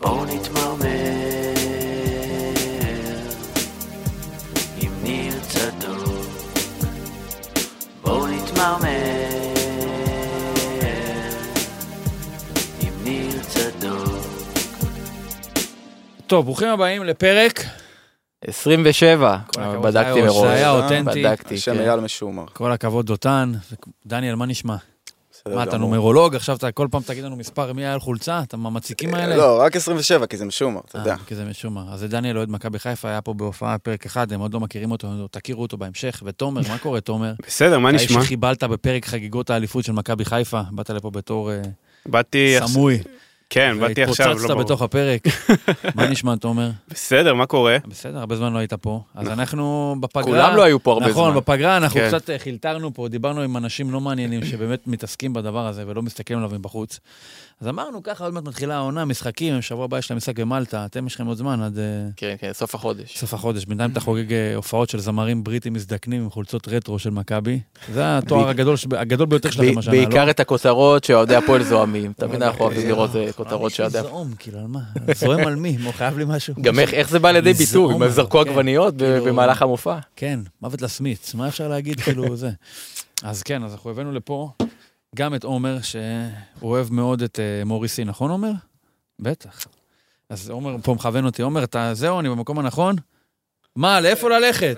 בואו נתמרמר עם ניר צדוק, בואו נתמרמר עם ניר צדוק. טוב, ברוכים הבאים לפרק 27, בדקתי מראש. זה היה אותנטי. השם אייל משומר. כל הכבוד דותן. דניאל, מה נשמע? מה, אתה נומרולוג? עכשיו אתה כל פעם תגיד לנו מספר מי היה על חולצה? אתה מהמציקים האלה? לא, רק 27, כי זה משומר, אתה יודע. כי זה משומר. אז זה דניאל אוהד מכבי חיפה, היה פה בהופעה פרק אחד, הם עוד לא מכירים אותו, תכירו אותו בהמשך. ותומר, מה קורה, תומר? בסדר, מה נשמע? האיש שחיבלת בפרק חגיגות האליפות של מכבי חיפה, באת לפה בתור באתי סמוי. כן, באתי עכשיו. התפוצצת בתוך הפרק. מה נשמע, תומר? בסדר, מה קורה? בסדר, הרבה זמן לא היית פה. אז אנחנו בפגרה... כולם לא היו פה הרבה זמן. נכון, בפגרה אנחנו כן. קצת חילטרנו פה, דיברנו עם אנשים לא מעניינים שבאמת מתעסקים בדבר הזה ולא מסתכלים עליו מבחוץ. אז אמרנו, ככה עוד מעט מתחילה העונה, משחקים, שבוע הבא יש להם משחק במלטה, אתם יש לכם עוד זמן עד... כן, כן, סוף החודש. סוף החודש. בינתיים אתה חוגג הופעות של זמרים בריטים מזדקנים עם חולצות רטרו של מכבי. זה התואר הגדול ביותר שלכם השנה, לא? בעיקר את הכותרות שאוהדי הפועל זועמים. תמיד אנחנו אוהבים לראות כותרות שאוהדי... זעום, כאילו, על מה? זועם על מי? חייב לי משהו. גם איך זה בא לידי ביטוי? הם זרקו עגבניות במהלך המופע. כן, מוות לסמיץ. מה אפשר להגיד? כאילו זה. אז כן, אז אנחנו הבאנו לפה גם את עומר, שהוא אוהב מאוד את מוריסי, נכון עומר? בטח. אז עומר פה מכוון אותי, עומר, זהו, אני במקום הנכון? מה, לאיפה ללכת?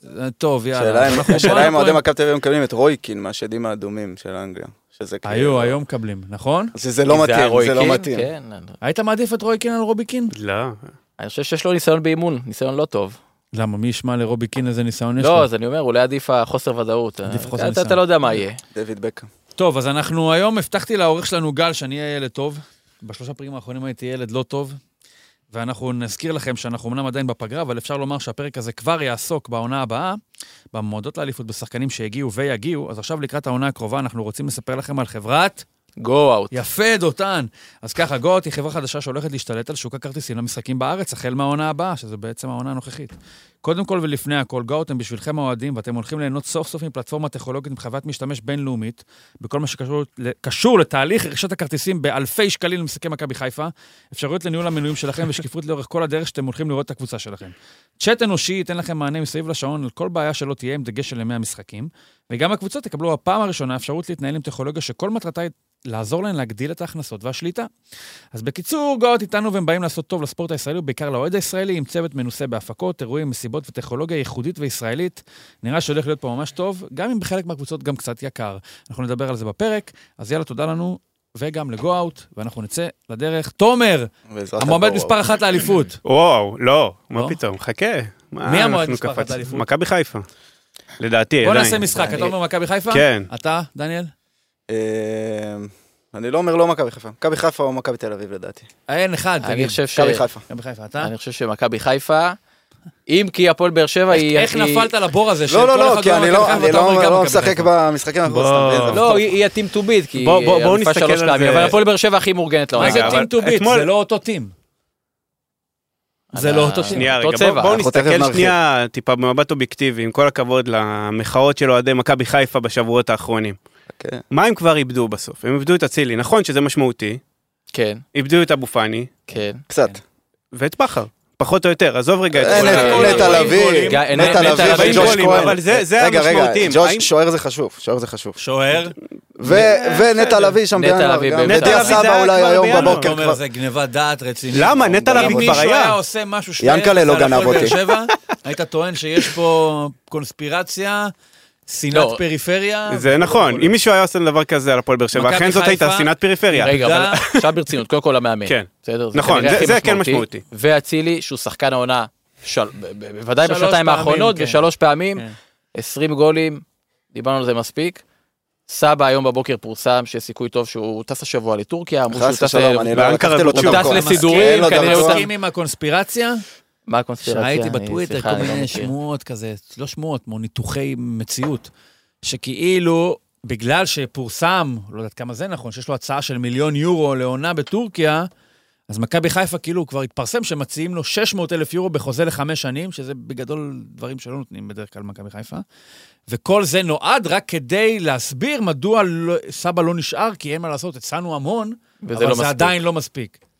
טוב, יאללה. השאלה אם אוהדי מכבי תל אביב מקבלים את רויקין מהשדים האדומים של אנגליה. היום מקבלים, נכון? זה לא מתאים, זה לא מתאים. היית מעדיף את רויקין על רוביקין? לא. אני חושב שיש לו ניסיון באימון, ניסיון לא טוב. למה, מי ישמע לרוביקין איזה ניסיון יש לו? לא, אז אני אומר, אולי עדיף החוסר ודאות. אתה לא יודע מה יהיה. דויד בקאם. טוב, אז אנחנו היום הבטחתי לעורך שלנו גל שאני אהיה ילד טוב. בשלושה פרקים האחרונים הייתי ילד לא טוב. ואנחנו נזכיר לכם שאנחנו אמנם עדיין בפגרה, אבל אפשר לומר שהפרק הזה כבר יעסוק בעונה הבאה, במועדות לאליפות בשחקנים שהגיעו ויגיעו. אז עכשיו לקראת העונה הקרובה אנחנו רוצים לספר לכם על חברת Go Out. יפה, דותן. אז ככה, Go Out היא חברה חדשה שהולכת להשתלט על שוק הכרטיסים למשחקים בארץ, החל מהעונה הבאה, שזה בעצם העונה הנוכחית. קודם כל ולפני הכל, Go Out הם בשבילכם האוהדים, ואתם הולכים ליהנות סוף סוף עם פלטפורמה טכנולוגית עם חוויית משתמש בינלאומית, בכל מה שקשור לתהליך רכישת הכרטיסים באלפי שקלים למשחקי מכבי חיפה, אפשרויות לניהול המנויים שלכם ושקיפות לאורך כל הדרך שאתם הולכים לראות את הקבוצה שלכם. צ'אט אנושי ייתן לכם מענה מסביב לשעון על כל בעיה שלא תהיה עם דגש של ימי המשחקים, וגם הקבוצות יקבלו הפעם הראשונה אפשרות להתנהל עם טכנולוגיה שכל מטרתה היא לעזור להן להגדיל את ההכנסות והשליטה. אז בקיצור, Go Out איתנו והם באים לעשות טוב לספורט הישראלי, ובעיקר לאוהד הישראלי, עם צוות מנוסה בהפקות, אירועים, מסיבות וטכנולוגיה ייחודית וישראלית. נראה שהולך להיות פה ממש טוב, גם אם בחלק מהקבוצות גם קצת יקר. אנחנו נדבר על זה בפרק, אז יאללה, תודה לנו, וגם ל-Go Out, ואנחנו נצא לדרך. תומר, המועמד מספר 1 לאליפות. וואו, לא, מה פתאום, חכה. מי המועמד מספר 1 לאליפות? מכבי חיפה. לדעתי, בוא נעשה משחק, אתה אומר מכבי חיפה? כן. אתה, דניאל? אני לא אומר לא מכבי חיפה. מכבי חיפה או מכבי תל אביב לדעתי. אין אחד, תגיד. מכבי חיפה. מכבי חיפה, אתה? אני חושב שמכבי חיפה, אם כי הפועל באר שבע היא... איך נפלת לבור הזה? לא, כי אני לא משחק במשחקים אנחנו לא, היא הטים טו ביט, כי בואו נסתכל על זה. אבל הפועל באר שבע הכי מאורגנת לעונה. מה זה טים טו ביט? זה לא אותו טים. זה לא אותו טים. שנייה רגע, בואו נסתכל שנייה טיפה במבט אובייקטיבי, עם כל הכבוד למחאות של אוהדי מכבי חיפה בשבועות האחרונים. מה הם כבר איבדו בסוף? הם איבדו את אצילי, נכון שזה משמעותי. כן. איבדו את אבו פאני. כן. קצת. ואת בכר. פחות או יותר, עזוב רגע את נטע לביא וג'וש כהן. אבל זה המשמעותיים. שוער זה חשוב, שוער. ונטע לביא שם בדיה סבא אולי היום בבוקר. אומר, זה גניבת דעת רצינית. למה? נטע לביא כבר אם מישהו היה היה. עושה משהו ינקלה לא גנב אותי. היית טוען שיש פה קונספירציה, שנאת פריפריה. זה נכון, אם מישהו היה עושה דבר כזה על הפועל באר שבע, אכן זאת הייתה שנאת פריפריה. רגע, אבל עכשיו ברצינות, קודם כל המאמן. כן. בסדר? נכון, זה כן משמעותי. ואצילי, שהוא שחקן העונה, בוודאי בשנתיים האחרונות, ושלוש פעמים, 20 גולים, דיברנו על זה מספיק. סבא היום בבוקר פורסם שיש סיכוי טוב שהוא טס השבוע לטורקיה, אמרו שהוא טס לסידורים, כנראה הוא מסכים עם הקונספירציה. מה הקונספירציה? ראיתי בטוויטר כל מיני שמועות כזה, לא שמועות, כמו ניתוחי מציאות, שכאילו, בגלל שפורסם, לא יודעת כמה זה נכון, שיש לו הצעה של 1,000,000 יורו לעונה בטורקיה, אז מכבי חיפה כאילו כבר התפרסם שמציעים לו 600,000 יורו בחוזה ל5 שנים, שזה בגדול דברים שלא נותנים בדרך כלל מכבי חיפה, וכל זה נועד רק כדי להסביר מדוע סבא לא נשאר, כי אין מה לעשות, הצענו המון, אבל זה עדיין לא מספיק.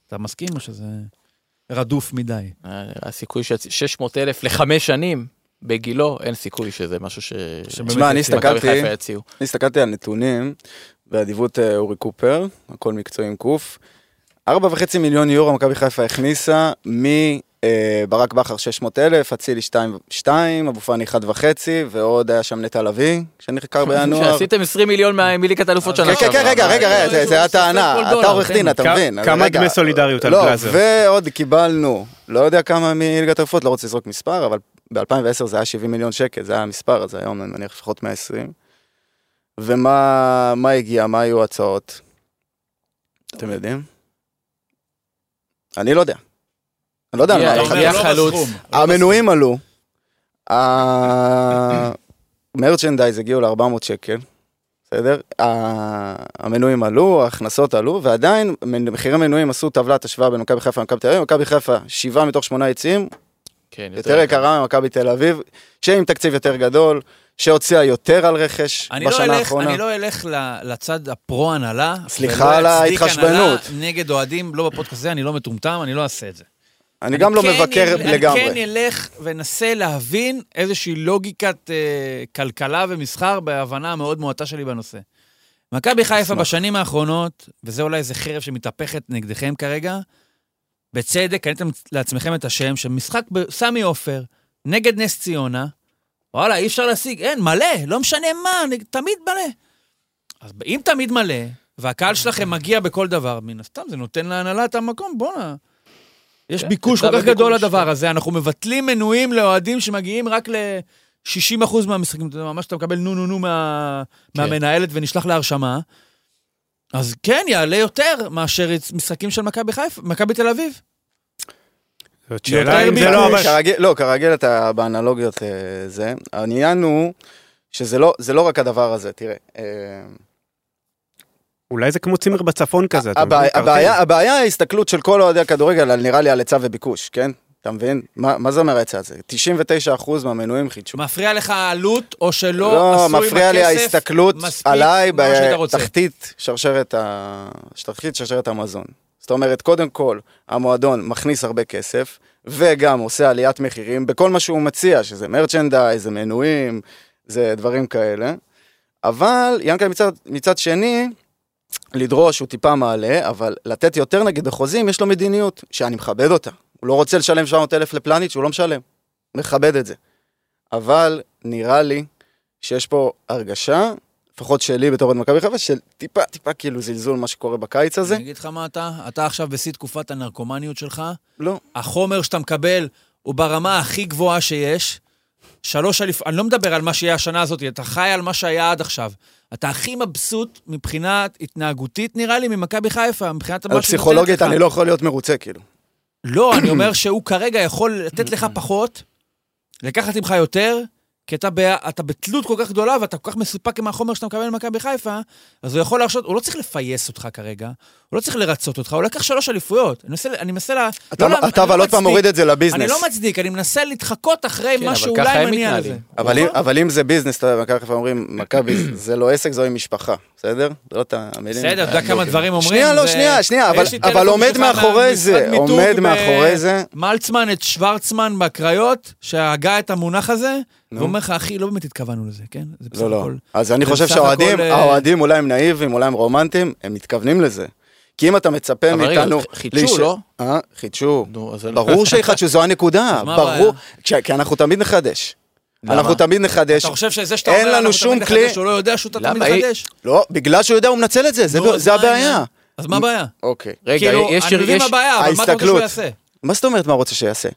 אתה מסכים או שזה רדוף מדי? הסיכוי 600,000 ל5 שנים, בגילו, אין סיכוי שזה משהו תשמע, אני הסתכלתי על נתונים, באדיבות אורי קופר, הכל מקצועי עם קוף, 4.5 מיליון יורו מכבי חיפה הכניסה, ברק בכר 600,000, אצילי 2.2, אבו פאני 1.5, ועוד היה שם נטע לביא, שנחקר בינואר. שעשיתם 20 מיליון מליגת האלופות שנה שעברה. כן, רגע, זה הטענה, אתה עורך דין, אתה מבין. כמה דמי סולידריות על גלאזר. ועוד קיבלנו, לא יודע כמה מליגת האלופות, לא רוצה לזרוק מספר, אבל ב-2010 זה היה 70 מיליון שקל, זה היה המספר, אז היום אני מניח לפחות 120. ומה הגיע, מה היו הצעות? אתם יודעים? אני לא יודע. אני לא יודע, המנויים עלו, המרצ'נדייז הגיעו ל-400 שקל, בסדר? המנויים עלו, ההכנסות עלו, ועדיין מחירי מנויים עשו טבלת השוואה בין מכבי חיפה ומכבי תל אביב, מכבי חיפה 7 מתוך 8 יציאים, יותר יקרה ממכבי תל אביב, שעם תקציב יותר גדול, שהוציאה יותר על רכש בשנה האחרונה. אני לא אלך לצד הפרו-הנהלה, סליחה על ההתחשבנות. נגד אוהדים, לא בפודקאסט הזה, אני לא מטומטם, אני לא אעשה את זה. אני גם לא מבקר לגמרי. אני כן אלך ונסה להבין איזושהי לוגיקת כלכלה ומסחר בהבנה המאוד מועטה שלי בנושא. מכבי חיפה בשנים האחרונות, וזה אולי איזה חרב שמתהפכת נגדכם כרגע, בצדק, קניתם לעצמכם את השם, שמשחק בסמי עופר, נגד נס ציונה, וואלה, אי אפשר להשיג, אין, מלא, לא משנה מה, תמיד מלא. אז אם תמיד מלא, והקהל שלכם מגיע בכל דבר, מן הסתם זה נותן להנהלה את המקום, בוא'נה. יש ביקוש כל כך גדול לדבר הזה, אנחנו מבטלים מנויים לאוהדים שמגיעים רק ל-60% מהמשחקים, ממש אתה מקבל נו מהמנהלת ונשלח להרשמה, אז כן, יעלה יותר מאשר משחקים של מכבי חיפה, מכבי תל אביב. זאת שאלה אם זה לא... לא, כרגיל אתה באנלוגיות זה, העניין הוא שזה לא רק הדבר הזה, תראה. אולי זה כמו צימר בצפון כזה. הבעיה ההסתכלות של כל אוהדי הכדורגל, נראה לי על היצע וביקוש, כן? אתה מבין? מה זה אומר ההיצע הזה? 99% מהמנויים חידשו. מפריע לך העלות או שלא עשוי בכסף? לא, מפריע לי ההסתכלות עליי בתחתית שרשרת המזון. זאת אומרת, קודם כל, המועדון מכניס הרבה כסף, וגם עושה עליית מחירים בכל מה שהוא מציע, שזה מרצ'נדייז, זה מנויים, זה דברים כאלה. אבל ינקל מצד שני, לדרוש הוא טיפה מעלה, אבל לתת יותר נגיד בחוזים, יש לו מדיניות שאני מכבד אותה. הוא לא רוצה לשלם 700,000 לפלניץ', הוא לא משלם. מכבד את זה. אבל נראה לי שיש פה הרגשה, לפחות שלי בתור עד מכבי חיפה, של טיפה כאילו זלזול מה שקורה בקיץ הזה. אני אגיד לך מה אתה עכשיו בשיא תקופת הנרקומניות שלך. לא. החומר שאתה מקבל הוא ברמה הכי גבוהה שיש. אני לא מדבר על מה שיהיה השנה הזאת, אתה חי על מה שהיה עד עכשיו. אתה הכי מבסוט מבחינת התנהגותית, נראה לי, ממכבי חיפה, מבחינת על פסיכולוגית אני לא יכול להיות מרוצה, כאילו. לא, אני אומר שהוא כרגע יכול לתת לך פחות, לקחת ממך יותר, כי אתה בתלות כל כך גדולה, ואתה כל כך מסופק עם החומר שאתה מקבל ממכבי חיפה, אז הוא יכול להרשות, הוא לא צריך לפייס אותך כרגע, הוא לא צריך לרצות אותך, הוא לקח 3 אליפויות. אני מנסה אתה אבל עוד פעם מוריד את זה לביזנס. אני לא מצדיק, אני מנסה להתחקות אחרי מה שאולי מניע לזה. אבל אם זה ביזנס, מכבי חיפה אומרים, מכבי זה לא עסק, זוהי משפחה, בסדר? בסדר, אתה יודע כמה דברים אומרים. שנייה, אבל עומד מאחורי זה. מלצמן את שוורצמן בקריות, שהגה את המונח הזה, ואומר לך, אחי, לא באמת התכוונו לזה, כן? לא. אז אני חושב שהאוהדים אולי הם נאיבים, אולי הם רומנטיים, הם מתכוונים לזה. כי אם אתה מצפה מאיתנו... חידשו, לא? חידשו. ברור שיחדשו, זו הנקודה. ברור. כי אנחנו תמיד נחדש. אנחנו תמיד נחדש. אתה חושב שזה שאתה אומר, אנחנו תמיד נחדש, הוא לא יודע שהוא תמיד נחדש? לא, בגלל שהוא יודע, הוא מנצל את זה, זה הבעיה. אז מה הבעיה? אוקיי. רגע, אני מבין מה הבעיה, אבל מה אתה רוצה שהוא יעשה? מה זאת אומרת מה רוצה שיעשה?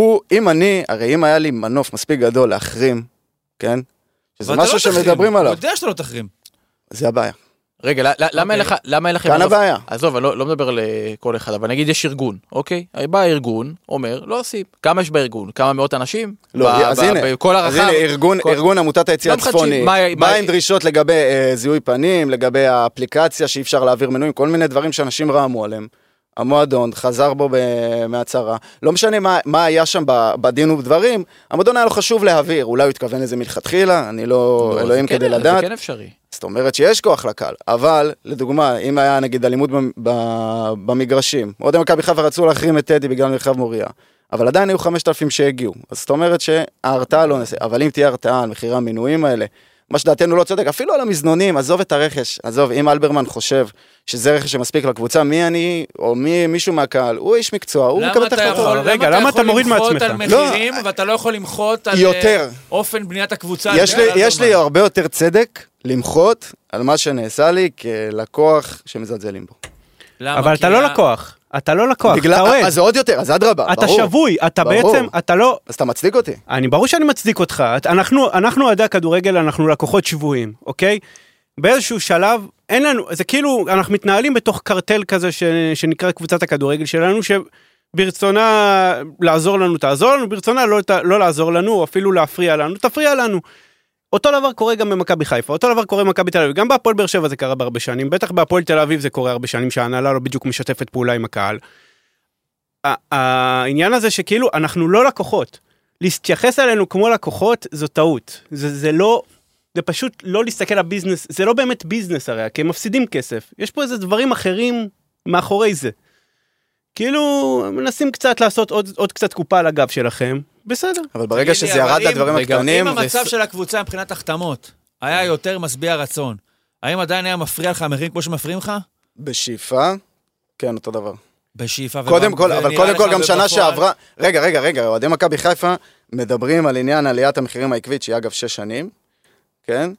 הרי אם היה לי מנוף מספיק גדול להחרים, כן? שזה משהו שמדברים עליו. הוא יודע שאתה לא תחרים. זה הבעיה. רגע, למה אין לכם... כאן הבעיה. עזוב, אני לא מדבר לכל אחד, אבל נגיד יש ארגון, אוקיי? בא הארגון, אומר, לא עושים. כמה יש בארגון? כמה מאות אנשים? לא, אז הנה, ארגון עמותת היציאה הצפוני, בא עם דרישות לגבי זיהוי פנים, לגבי האפליקציה שאי אפשר להעביר מנויים, כל מיני דברים שאנשים רעמו עליהם. המועדון חזר בו מהצהרה, לא משנה מה היה שם בדין ובדברים, המועדון היה לו חשוב להעביר, אולי הוא התכוון לזה מלכתחילה, אני לא אלוהים כדי לדעת. זה כן אפשרי. זאת אומרת שיש כוח לקהל, אבל לדוגמה, אם היה נגיד אלימות במגרשים, עוד מכבי חיפה רצו להחרים את טדי בגלל מרחב מוריה, אבל עדיין היו 5,000 שהגיעו, אז זאת אומרת שההרתעה לא נעשה, אבל אם תהיה הרתעה על מחירי המינויים האלה, מה שדעתנו לא צודק, אפילו על המזנונים, עזוב את הרכש, עזוב, אם אלברמן חושב שזה רכש שמספיק לקבוצה, מי אני, או מישהו מהקהל, הוא איש מקצוע, הוא מקבל את החלטות. רגע, למה אתה מוריד מעצמך? למה אתה יכול למחות על מחירים, ואתה לא יכול למחות על אופן בניית הקבוצה? יש לי הרבה יותר צדק למחות על מה שנעשה לי כלקוח שמזלזלים בו. אבל אתה לא לקוח. אתה לא לקוח, אתה אוהד. אז זה עוד יותר, אז אדרבה, ברור. אתה שבוי, אתה בעצם, אתה לא... אז אתה מצדיק אותי. ברור שאני מצדיק אותך. אנחנו עדי הכדורגל, אנחנו לקוחות שבויים, אוקיי? באיזשהו שלב, אין לנו, זה כאילו, אנחנו מתנהלים בתוך קרטל כזה שנקרא קבוצת הכדורגל שלנו, שברצונה לעזור לנו, תעזור לנו, ברצונה לא לעזור לנו, או אפילו להפריע לנו, תפריע לנו. אותו דבר קורה גם במכבי חיפה, אותו דבר קורה במכבי תל אביב, גם בהפועל באר שבע זה קרה בהרבה שנים, בטח בהפועל תל אביב זה קורה הרבה שנים, שההנהלה לא בדיוק משתפת פעולה עם הקהל. העניין הזה שכאילו אנחנו לא לקוחות, להתייחס עלינו כמו לקוחות זו טעות, זה לא, זה פשוט לא להסתכל על ביזנס, זה לא באמת ביזנס הרי, כי הם מפסידים כסף, יש פה איזה דברים אחרים מאחורי זה. כאילו מנסים קצת לעשות עוד קצת קופה על הגב שלכם, בסדר. אבל ברגע שזה ירד לדברים הקטנים... אם המצב של הקבוצה מבחינת החתמות היה יותר משביע רצון, האם עדיין היה מפריע לך המחירים כמו שמפריעים לך? בשאיפה, כן, אותו דבר. בשאיפה. קודם כל, אבל קודם כל גם שנה שעברה... רגע, אוהדי מכבי חיפה מדברים על עניין עליית המחירים העקבית, שהיא אגב 6 שנים, כן?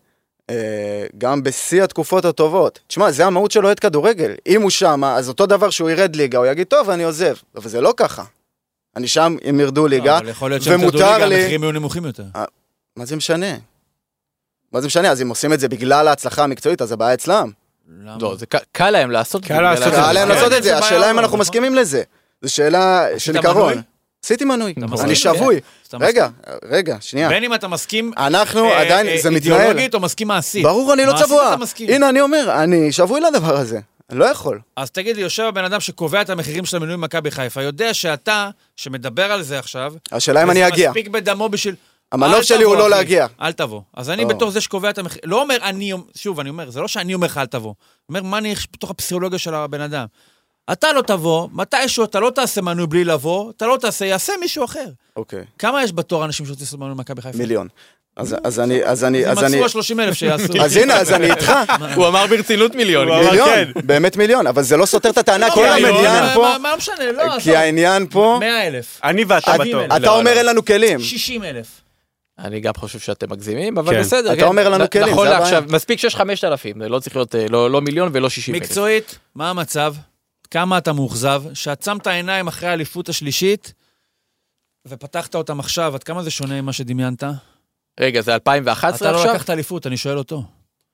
גם בשיא התקופות הטובות. תשמע, זה המהות של אוהד כדורגל. אם הוא שם, אז אותו דבר שהוא ירד ליגה, הוא יגיד, טוב, אני עוזב. אבל זה לא ככה. אני שם, אם ירדו ליגה, אבל יכול להיות שהם ירדו ליגה, המחירים יהיו נמוכים יותר. מה זה משנה? מה זה משנה? אז אם עושים את זה בגלל ההצלחה המקצועית, אז הבעיה אצלם. לא, זה קל להם לעשות. קל להם לעשות את זה. השאלה אם אנחנו מסכימים לזה. זו שאלה של עיקרון. עשיתי מנוי. אני שבוי. רגע, שנייה. בין אם אתה מסכים אנחנו עדיין, זה מתנהל. אידיאולוגית או מסכים מעשית. ברור, אני לא צבוע. הנה, אני אומר, אני שבוי לדבר הזה. אני לא יכול. אז תגיד לי, יושב הבן אדם שקובע את המחירים של המינוי במכבי חיפה, יודע שאתה, שמדבר על זה עכשיו, השאלה אם אני אגיע. מספיק בדמו בשביל... המנוף שלי הוא לא להגיע. אל תבוא. אז אני בתור זה שקובע את המחיר, לא אומר, שוב, אני אומר, זה לא שאני אומר לך אל תבוא. אומר, מה אני בתוך הפסיכולוגיה של הבן אדם? אתה לא תבוא, מתישהו אתה לא תעשה מנוי בלי לבוא, אתה לא תעשה, יעשה מישהו אחר. אוקיי. כמה יש בתור אנשים שרוצים לעשות מנוי במכבי חיפה? מיליון. אז אני... מצאו 30,000 שיעשו. אז הנה, אז אני איתך. הוא אמר ברצינות מיליון. באמת מיליון, אבל זה לא סותר את הטענה, כל העניין פה... מה משנה, לא. כי העניין פה... 100,000. אני ואתה בתור. אתה אומר אין לנו כלים. 60,000. אני גם חושב שאתם מגזימים, אבל בסדר. אתה אומר לנו כלים, נכון לעכשיו, מספיק שיש 5,000, לא צריך להיות לא מיליון ולא 60,000. מקצועית, מה המצב? כמה אתה מאוכזב? שעצמת העיניים אחרי האליפות השלישית, ופתחת אותם עכשיו, עד כמה זה שונה ממה שדמיינת? רגע, זה 2011 עכשיו? אתה לא לקחת אליפות, אני שואל אותו.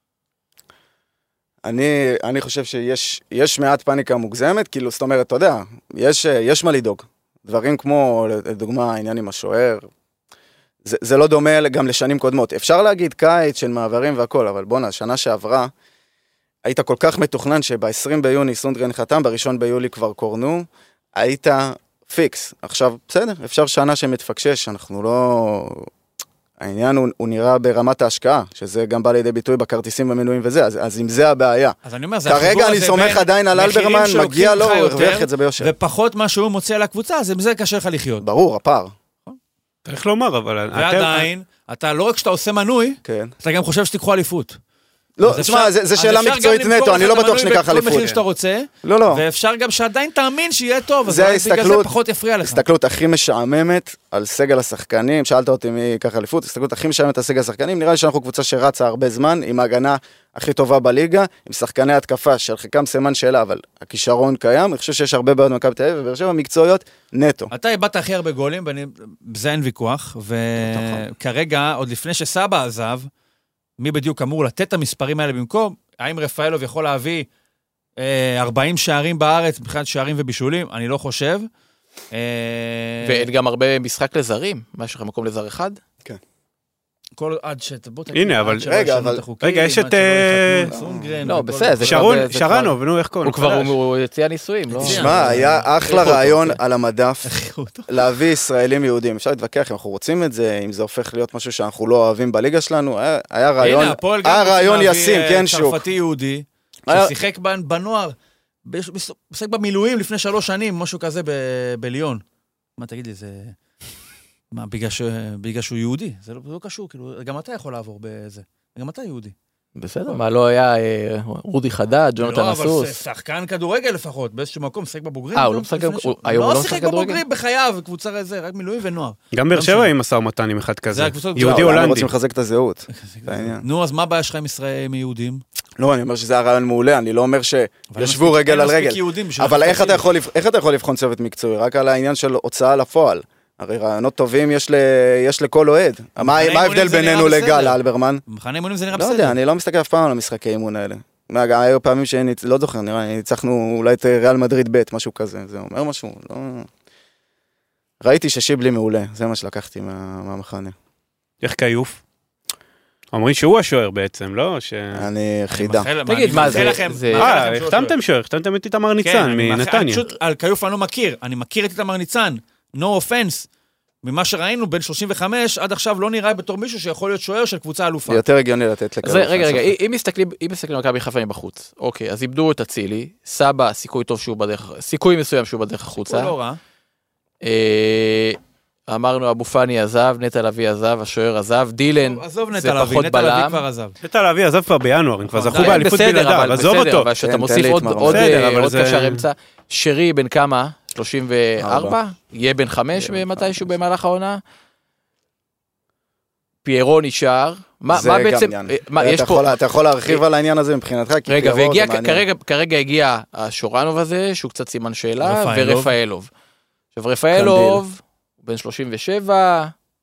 אני חושב שיש מעט פאניקה מוגזמת, כאילו, זאת אומרת, אתה יודע, יש מה לדאוג. דברים כמו, לדוגמה, העניין עם השוער, זה לא דומה גם לשנים קודמות. אפשר להגיד קיץ של מעברים והכל, אבל בונה, שנה שעברה, היית כל כך מתוכנן שב-20 ביוני סונדגרן חתם, ב1 ביולי כבר קורנו, היית פיקס. עכשיו, בסדר, אפשר שנה שמתפקשש, אנחנו לא... העניין הוא נראה ברמת ההשקעה, שזה גם בא לידי ביטוי בכרטיסים המנויים וזה, אז אם זה הבעיה. אז אני אומר, זה כרגע אני סומך עדיין על אלברמן, מגיע לו, הוא הרוויח את זה ביושר. ופחות מה שהוא מוצא על הקבוצה, אז עם זה קשה לך לחיות. ברור, הפער. צריך לומר, אבל... ועדיין, אתה לא רק שאתה עושה מנוי, אתה גם חושב שתיקחו אליפות. לא, תשמע, זה שאלה מקצועית נטו, אני לא בטוח שניקח אליפות. כל מחיר שאתה רוצה, ואפשר גם שעדיין תאמין שיהיה טוב, אז בגלל זה פחות יפריע לך. הסתכלות הכי משעממת על סגל השחקנים, שאלת אותי מי ייקח אליפות, הסתכלות הכי משעממת על סגל השחקנים, נראה לי שאנחנו קבוצה שרצה הרבה זמן, עם ההגנה הכי טובה בליגה, עם שחקני התקפה, של חלקם סימן שאלה, אבל הכישרון קיים, אני חושב שיש הרבה בעיות מכבי תל אביב, ובאר שבע מקצועיות נטו. אתה איבדת הכי הרבה גולים, בזה אין ויכוח, וכרגע, עוד לפני שסבא עזב, מי בדיוק אמור לתת את המספרים האלה במקום? האם רפאלוב יכול להביא 40 שערים בארץ, מבחינת שערים ובישולים? אני לא חושב. ואין גם הרבה משחק לזרים. מה יש לך מקום לזר אחד? כן. כל עד בוא תגיד. הנה, אבל... רגע, יש את... לא, בסדר. שרנוב, נו, איך קוראים? הוא יציע ניסויים, לא? תשמע, היה אחלה רעיון על המדף להביא ישראלים יהודים. אפשר להתווכח אם אנחנו רוצים את זה, אם זה הופך להיות משהו שאנחנו לא אוהבים בליגה שלנו. היה רעיון ישים, כן, שוק. צרפתי יהודי, ששיחק בנוער, משחק במילואים לפני 3 שנים, משהו כזה בליון. מה תגיד לי, זה... מה, בגלל שהוא יהודי? זה לא קשור, כאילו, גם אתה יכול לעבור בזה. גם אתה יהודי. בסדר, מה לא היה רודי חדד, ג'ונתן אסוס? לא, אבל שחקן כדורגל לפחות, באיזשהו מקום, שחק בבוגרים. הוא לא משחק היום, לא שיחק בבוגרים בחייו, קבוצה רזה, רק מילואים ונוער. גם באר שבע עם משא ומתן עם אחד כזה. יהודי הולנדי. אנחנו רוצים לחזק את הזהות. נו, אז מה הבעיה שלך עם יהודים? לא, אני אומר שזה היה רעיון מעולה, אני לא אומר שישבו רגל על רגל. אבל איך אתה יכול לבחון צוות מקצועי? רק על העניין של הוצאה לפועל. הרי רעיונות טובים יש לכל אוהד. מה ההבדל בינינו לגל אלברמן? מחנה אימונים זה נראה לא בסדר. יודע, אני לא מסתכל אף פעם על המשחקי אימון האלה. היו פעמים לא זוכר, נראה, ניצחנו אולי את ריאל מדריד ב', משהו כזה. זה אומר משהו, לא... ראיתי ששיבלי מעולה, זה מה שלקחתי מהמחנה. איך כיוף? אומרים שהוא השוער בעצם, לא? אני חידה. תגיד, מה זה? החתמתם שוער, החתמתם את איתמר ניצן מנתניה. פשוט על כיוף אני לא מכיר, אני מכיר את איתמר ניצן. no offense, ממה שראינו בין 35 עד עכשיו לא נראה בתור מישהו שיכול להיות שוער של קבוצה אלופה. יותר הגיוני לתת לכאלה. רגע, אם מסתכלים על מכבי חיפה בחוץ, אוקיי, אז איבדו את אצילי, סבא, סיכוי טוב שהוא בדרך, סיכוי מסוים שהוא בדרך החוצה. לא רע. אמרנו אבו פאני עזב, נטע לביא עזב, השוער עזב, דילן זה פחות בלם. נטע לביא עזב כבר בינואר, הם כבר זכו באליפות בלעדיו, עזוב אותו. אבל שאתה מוסיף עוד קשר אמצע, שרי בן כמה? 34? יהיה בן 5 מתישהו במהלך העונה? פיירו נשאר. זה גם עניין. אתה יכול להרחיב על העניין הזה מבחינתך, כי פיירו זה מעניין. כרגע הגיע השורנוב הזה, שהוא קצת סימן שאלה, ורפאלוב. עכשיו רפאלוב, בן 37,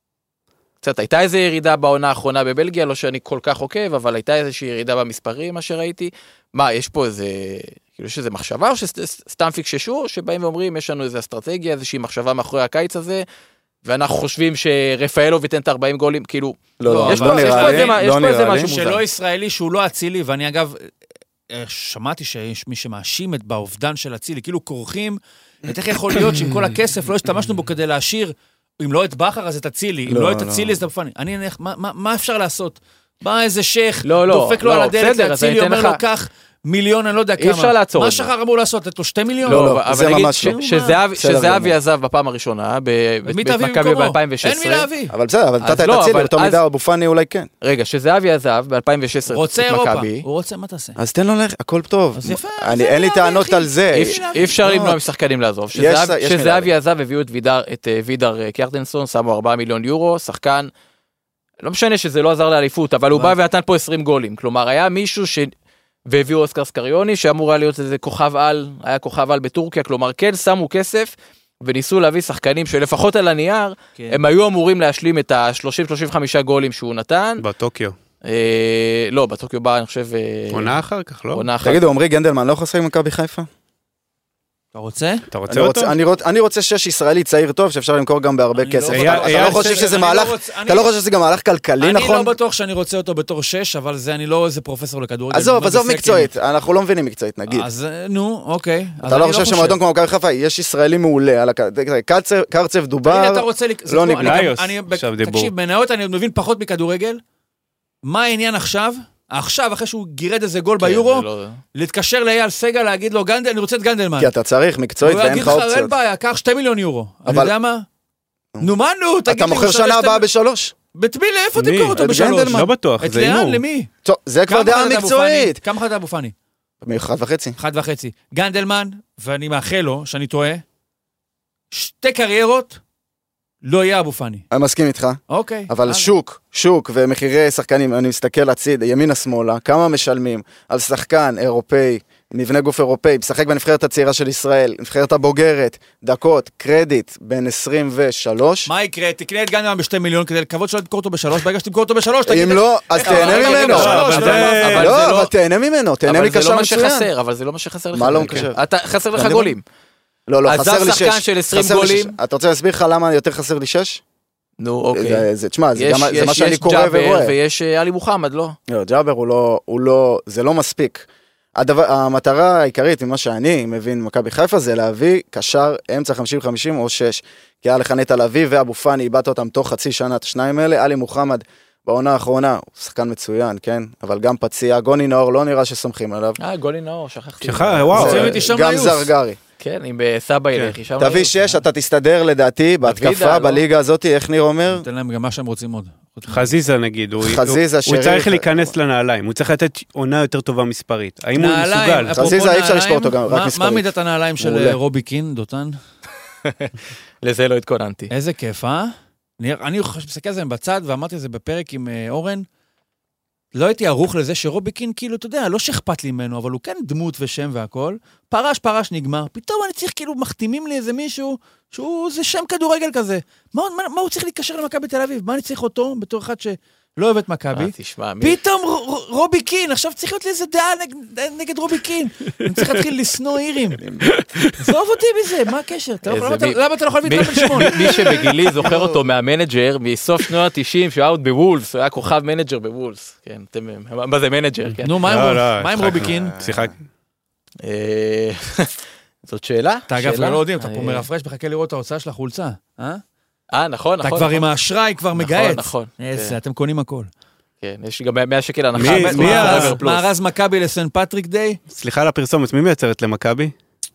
קצת הייתה איזו ירידה בעונה האחרונה בבלגיה, לא שאני כל כך עוקב, אבל הייתה איזושהי ירידה במספרים, מה שראיתי. מה, יש פה איזה... כאילו שזה מחשבה או שסתם פיקששו, שבאים ואומרים, יש לנו איזו אסטרטגיה, איזושהי מחשבה מאחורי הקיץ הזה, ואנחנו חושבים שרפאלוב ייתן את 40 גולים, כאילו... לא נראה לי. שלא ישראלי שהוא לא אצילי, ואני אגב, שמעתי שיש מי שמאשים את באובדן של אצילי, כאילו כורכים, איך יכול להיות שעם כל הכסף לא השתמשנו בו כדי להשאיר, אם לא את בחר אז את אצילי, אם לא את אצילי אז את בפני. מה אפשר לעשות? בא איזה שייך, דופק לו על הדלת לאצילי, אומר לו כך, מיליון, אני לא יודע כמה. אי אפשר לעצור את מה זה. שחר אמור לעשות? לתו 2 מיליון? לא, אבל נגיד שזהבי עזב בפעם הראשונה, במכבי ב-2016. אין מי להביא. אבל בסדר, אבל נתת את אצילי, אותו מידה אבו פאני אולי כן. רגע, שזהבי עזב ב-2016 רוצה אירופה, הוא רוצה, מה תעשה? אז תן לו לך, הכל טוב. אז יפה. אין לי טענות על זה. אי אפשר למנוע משחקנים לעזוב. שזהבי עזב, הביאו את וידר קרטנסון, שמו 4 מיליון יורו, שחקן, לא משנה שזה לא עזר לאליפות, אבל הוא בא ונתן פה 20 גולים. כלומר, היה מישהו והביאו אוסקר סקריוני, שאמור היה להיות איזה כוכב על, היה כוכב על בטורקיה, כלומר, כן, שמו כסף, וניסו להביא שחקנים שלפחות על הנייר, הם היו אמורים להשלים את ה-30-35 גולים שהוא נתן. בטוקיו. לא, בטוקיו בא, אני חושב... עונה אחר כך, לא? תגידו, עמרי גנדלמן לא חסר עם מכבי חיפה? אתה רוצה? אתה רוצה אותו? אני רוצה שש ישראלי צעיר טוב, שאפשר למכור גם בהרבה כסף. אתה לא חושב שזה מהלך, אתה לא חושב שזה גם מהלך כלכלי, נכון? אני לא בטוח שאני רוצה אותו בתור 6, אבל זה אני לא איזה פרופסור לכדורגל. עזוב מקצועית, אנחנו לא מבינים מקצועית, נגיד. אז נו, אוקיי. אתה לא חושב שמועדון כמו מכבי חיפה, יש ישראלי מעולה, קרצב דובר, לא נגמר. תקשיב, מניות אני מבין פחות מכדורגל. מה העניין עכשיו? עכשיו, אחרי שהוא גירד איזה גול ביורו, להתקשר לאייל סגל, להגיד לו, אני רוצה את גנדלמן. כי אתה צריך מקצועית ואין לך אופציות. הוא יגיד לך, אין בעיה, קח 2 מיליון יורו. אני יודע מה? נו, מה נו? אתה מוכר שנה הבאה ב3? בתמילה, איפה תמכור אותו ב3? לא בטוח, זה אימור. לאן, למי? זה כבר דעה מקצועית. כמה חד אבו פאני? 1.5. 1.5. גנדלמן, ואני מאחל לו, שאני טועה, 2 קריירות, לא יהיה אבו פאני. אני מסכים איתך. אוקיי. אבל שוק ומחירי שחקנים, אני מסתכל הציד, ימינה שמאלה, כמה משלמים על שחקן אירופאי, מבנה גוף אירופאי, משחק בנבחרת הצעירה של ישראל, נבחרת הבוגרת, דקות, קרדיט, בין 23. מה יקרה? תקנה את גנדלמן ב2 מיליון כדי לקוות שלא תמכור אותו ב3, ברגע שתמכור אותו ב3, תגיד... אם לא, אז תהנה ממנו. לא, אבל תהנה ממנו, תהנה מקשר מצוין. אבל זה לא מה שחסר לך. מה לא מקשר? חסר לך גולים. לא, חסר לי 6. שחקן של 20 גולים. אתה רוצה להסביר לך למה יותר חסר לי 6? נו, אוקיי. תשמע, זה מה שאני קורא ורואה. יש ג'אבר ויש עלי מוחמד, לא? לא, ג'אבר הוא לא, זה לא מספיק. המטרה העיקרית, ממה שאני מבין מכבי חיפה, זה להביא קשר אמצע 50-50 או 6. כי היה לך נטע לביא ואבו פאני, איבדת אותם תוך חצי שנה, את השניים האלה. עלי מוחמד בעונה האחרונה, הוא שחקן מצוין, כן? אבל גם פציע, גוני נאור, לא נראה שסומכים עליו. גוני נאור, שכחתי. וואו. גם זרגרי. כן, אם בסבא ילך, תביא 6, אתה תסתדר לדעתי, בהתקפה, בליגה הזאת, איך ניר אומר? תן להם גם מה שהם רוצים עוד. חזיזה נגיד, הוא שרי, צריך להיכנס לנעליים, הוא צריך לתת עונה יותר טובה מספרית. האם הוא מסוגל? חזיזה אי אפשר לשפור אותו גם, רק מספרית. מה מידת הנעליים של רובי קין, דותן? לזה לא התכוננתי. איזה כיף, אה? אני מסתכל על זה בצד, ואמרתי את זה בפרק עם אורן, לא הייתי ערוך לזה שרובי קין, כאילו, אתה יודע, לא שאכפת לי ממנו, אבל הוא כן דמות ושם והכל, פרש נגמר, פתאום אני צריך, כאילו, מחתימים לי איזה מישהו, זה שם כדורגל כזה. מה הוא צריך להיקשר למכבי תל אביב? מה אני צריך אותו, בתור אחד שלא אוהב את מכבי? פתאום רובי קין, עכשיו צריך להיות לי איזה דעה נגד רובי קין. אני צריך להתחיל לסנוע אירים. עזוב אותי בזה, מה הקשר? למה אתה לא יכול להביא את רבן שמון? מי שבגילי זוכר אותו מהמנג'ר, מסוף שנות ה-90, שהוא היה עוד בוולס, הוא היה כוכב מנג'ר בוולס. כן, מה זה מנג'ר? נו, מה עם רובי קין? שיחק. זאת שאלה? אתה אגב לא יודעים, אתה פה מרפרש, מחכה לראות את ההוצאה של החולצה, נכון. אתה כבר עם האשראי, כבר מגייץ. נכון. אתם קונים הכל. כן, יש גם 100 שקל הנחה. מארז מכבי לסן פטריק דיי? סליחה על הפרסומת, מי מייצרת למכבי?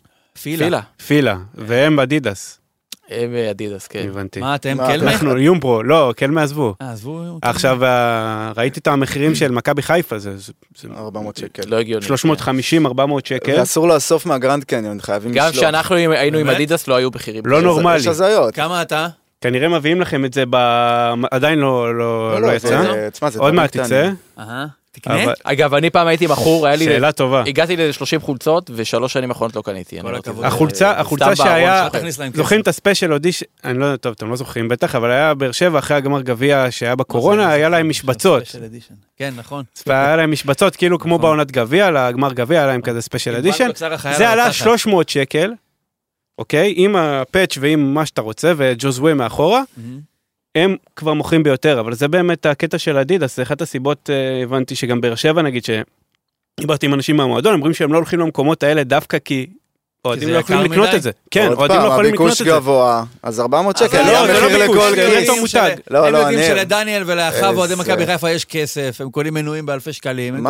פילה, והם אדידס. הם אדידס, כן. הבנתי. מה, אתם קלמה? אנחנו יומפרו, לא, קלמה עזבו. עזבו. עכשיו, ראיתי את המחירים של מכבי חיפה, זה 400 שקל. לא הגיוני. 350, 400 שקל. ואסור לאסוף מהגרנד קניון, חייבים לשלוח. גם כשאנחנו היינו עם אדידס לא היו מחירים. לא נורמלי. יש הזיות. כמה אתה? כנראה מביאים לכם את זה עדיין לא יצא. עוד מעט תצא. תקנה? אגב, אני פעם הייתי בחור, שאלה טובה. הגעתי ל-30 חולצות, ו3 שנים האחרונות לא קניתי. החולצה שהיה, זוכרים את הספיישל אודיש, אני לא יודע, טוב, אתם לא זוכרים בטח, אבל היה באר שבע אחרי הגמר גביע שהיה בקורונה, היה להם משבצות. כן, נכון. היה להם משבצות, כאילו כמו בעונת גביע, לגמר גביע, היה להם כזה ספיישל אדישן. זה עלה 300 שקל, אוקיי? עם הפאץ' ועם מה שאתה רוצה, וג'וזווי מאחורה. הם כבר מוכרים ביותר, אבל זה באמת הקטע של אדידס, זה אחת הסיבות, הבנתי שגם באר שבע נגיד, שדיברתי עם אנשים מהמועדון, אומרים שהם לא הולכים למקומות האלה דווקא כי אוהדים לא יכולים לקנות את זה. כן, אוהדים לא יכולים לקנות את זה. הביקוש גבוה, אז 400 שקל. לא, זה לא ביקוש, זה נטו מותג. הם יודעים שלדניאל ולאחיו אוהדי מכבי חיפה יש כסף, הם קונים מנויים באלפי שקלים,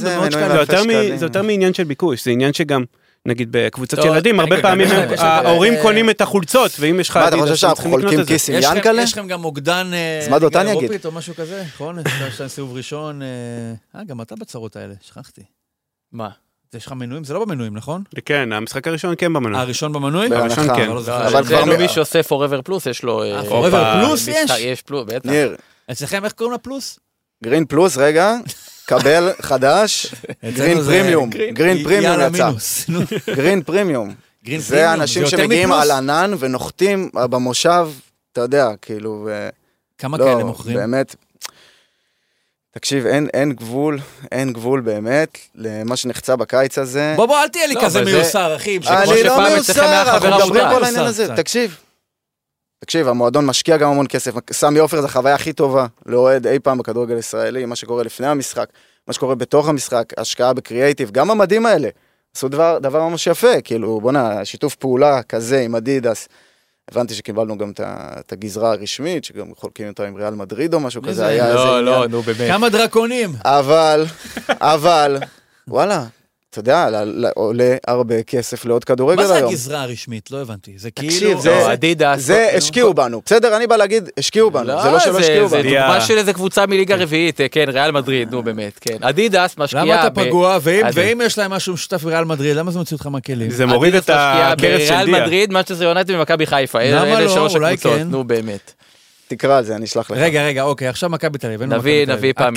זה יותר מעניין של ביקוש, זה עניין שגם נגיד בקבוצות ילדים, הרבה פעמים ההורים קונים את החולצות, ואם יש לך... מה, אתה חושב שאנחנו חולקים כיס עם ינקלה? יש לכם גם מוקדן אירופית או משהו כזה, נכון? יש להם סיבוב ראשון, גם אתה בצרות האלה, שכחתי. מה? יש לך מנויים? זה לא במנויים, נכון? כן, המשחק הראשון כן במנוי. הראשון במנוי? הראשון כן. אבל כבר מי שעושה Forever Plus, יש לו... Forever Plus יש? יש פלוס, בטח. ניר. אצלכם איך קוראים לפלוס? גרין פלוס, רגע. קבל חדש, גרין פרימיום. גרין פרימיום יצא. גרין פרימיום. זה האנשים שמגיעים על ענן ונוחתים במושב, אתה יודע, כאילו... כמה כאלה מוכרים? באמת, תקשיב, אין גבול באמת למה שנחצה בקיץ הזה. בוא, אל תהיה לי כזה מיוסר, אחי. אני לא מיוסר, אנחנו מדברים פה על העניין הזה. תקשיב, המועדון משקיע גם המון כסף. סמי עופר זה החוויה הכי טובה לאוהד אי פעם בכדורגל ישראלי, מה שקורה לפני המשחק, מה שקורה בתוך המשחק, השקעה בקריאייטיב, גם המדים האלה. עשו דבר ממש יפה, כאילו, בוא'נה, שיתוף פעולה כזה עם אדידס. הבנתי שקיבלנו גם את הגזרה הרשמית, שגם חולקים אותה עם ריאל מדריד או משהו כזה. לא, נו באמת. כמה דרקונים. אבל, וואלה, אתה יודע, עולה הרבה כסף לעוד כדורגל היום. מה זה הגזרה הרשמית? לא הבנתי. זה כאילו... זה השקיעו בנו. בסדר, אני בא להגיד, השקיעו בנו. זה לא שלא השקיעו בנו. זה דוגמה של איזה קבוצה מליגה רביעית, כן, ריאל מדריד, נו באמת, כן. אדידס משקיעה... למה אתה פגוע? ואם יש להם משהו משותף בריאל מדריד, למה זה מוציא אותך מהכלים? זה מוריד את הכרס של ריאל מדריד, מה שזה יונייטד ומכבי חיפה. למה לא? אולי כן. נו באמת. תקרא על זה, אני אשלח לך. רגע, אוקיי, עכשיו מכבי תל אביב. נביא פעם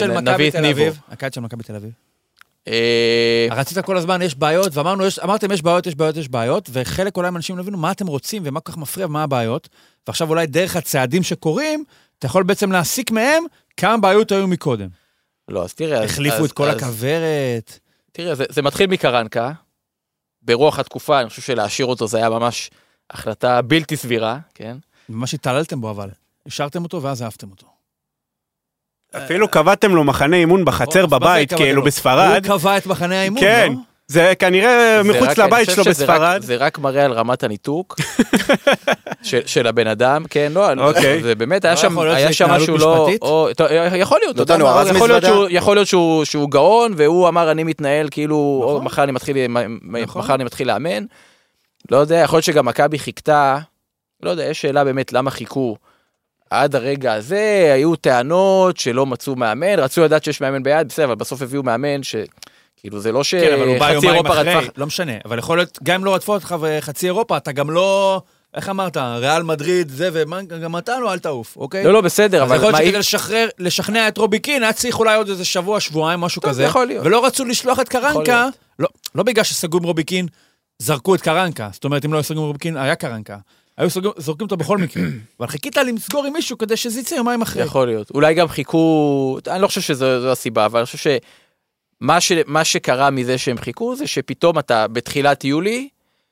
הקיץ של מכבי תל אביב. רצית כל הזמן, יש בעיות, ואמרתם יש בעיות, וחלק אולי אנשים לא הבינו מה אתם רוצים, ומה כל כך מפריע, ומה הבעיות, ועכשיו אולי דרך הצעדים שקורים, אתה יכול בעצם להסיק מהם כמה בעיות היו מקודם. לא, אז תראה... החליפו את כל הכברת. תראה, זה מתחיל מקרנקה, ברוח התקופה, אני חושב שלהשאיר אותו זה היה ממש החלטה בלתי סבירה, כן? ממש התעללתם בו אבל. השארתם אותו, ואז אהבתם אותו. אפילו קבעתם לו מחנה אימון בחצר בבית, כאילו בספרד. הוא קבע את מחנה האימון, כן. לא? זה כנראה מחוץ לבית שלו בספרד. זה רק מראה על רמת הניתוק של הבן אדם, כן, לא, זה באמת, היה שם משהו לא... יכול להיות, יכול להיות שהוא גאון, והוא אמר, אני מתנהל כאילו, מחר אני מתחיל לאמן. לא יודע, יכול להיות שגם מכבי חיכתה, לא יודע, יש שאלה באמת למה חיכו עד הרגע הזה, היו טענות שלא מצאו מאמן, רצו לדעת שיש מאמן ביד, בסדר, אבל בסוף הביאו מאמן כאילו זה לא שחצי אירופה רדפה. לא משנה, אבל יכול להיות, גם אם לא רדפו אותך וחצי אירופה, אתה גם לא, איך אמרת, ריאל מדריד, זה וגם אתה לא, אל תעוף, אוקיי? לא, בסדר, אבל... אז יכול להיות שכדי לשכנע את רוביקין, היה צריך אולי עוד איזה שבוע, שבועיים, משהו כזה, ולא רצו לשלוח את קרנקה, לא בגלל שסגרו עם רוביקין, זרקו את קרנקה, זאת אומרת, אם לא סגרו עם רוביקין, היה קרנקה. היו זורקים אותו בכל מקרה, אבל חיכית לסגור עם מישהו כדי שזה יצא יומיים אחרי. יכול להיות. אולי גם חיכו, אני לא חושב שזו הסיבה, אבל אני חושב מה שקרה מזה שהם חיכו, זה שפתאום אתה בתחילת יולי,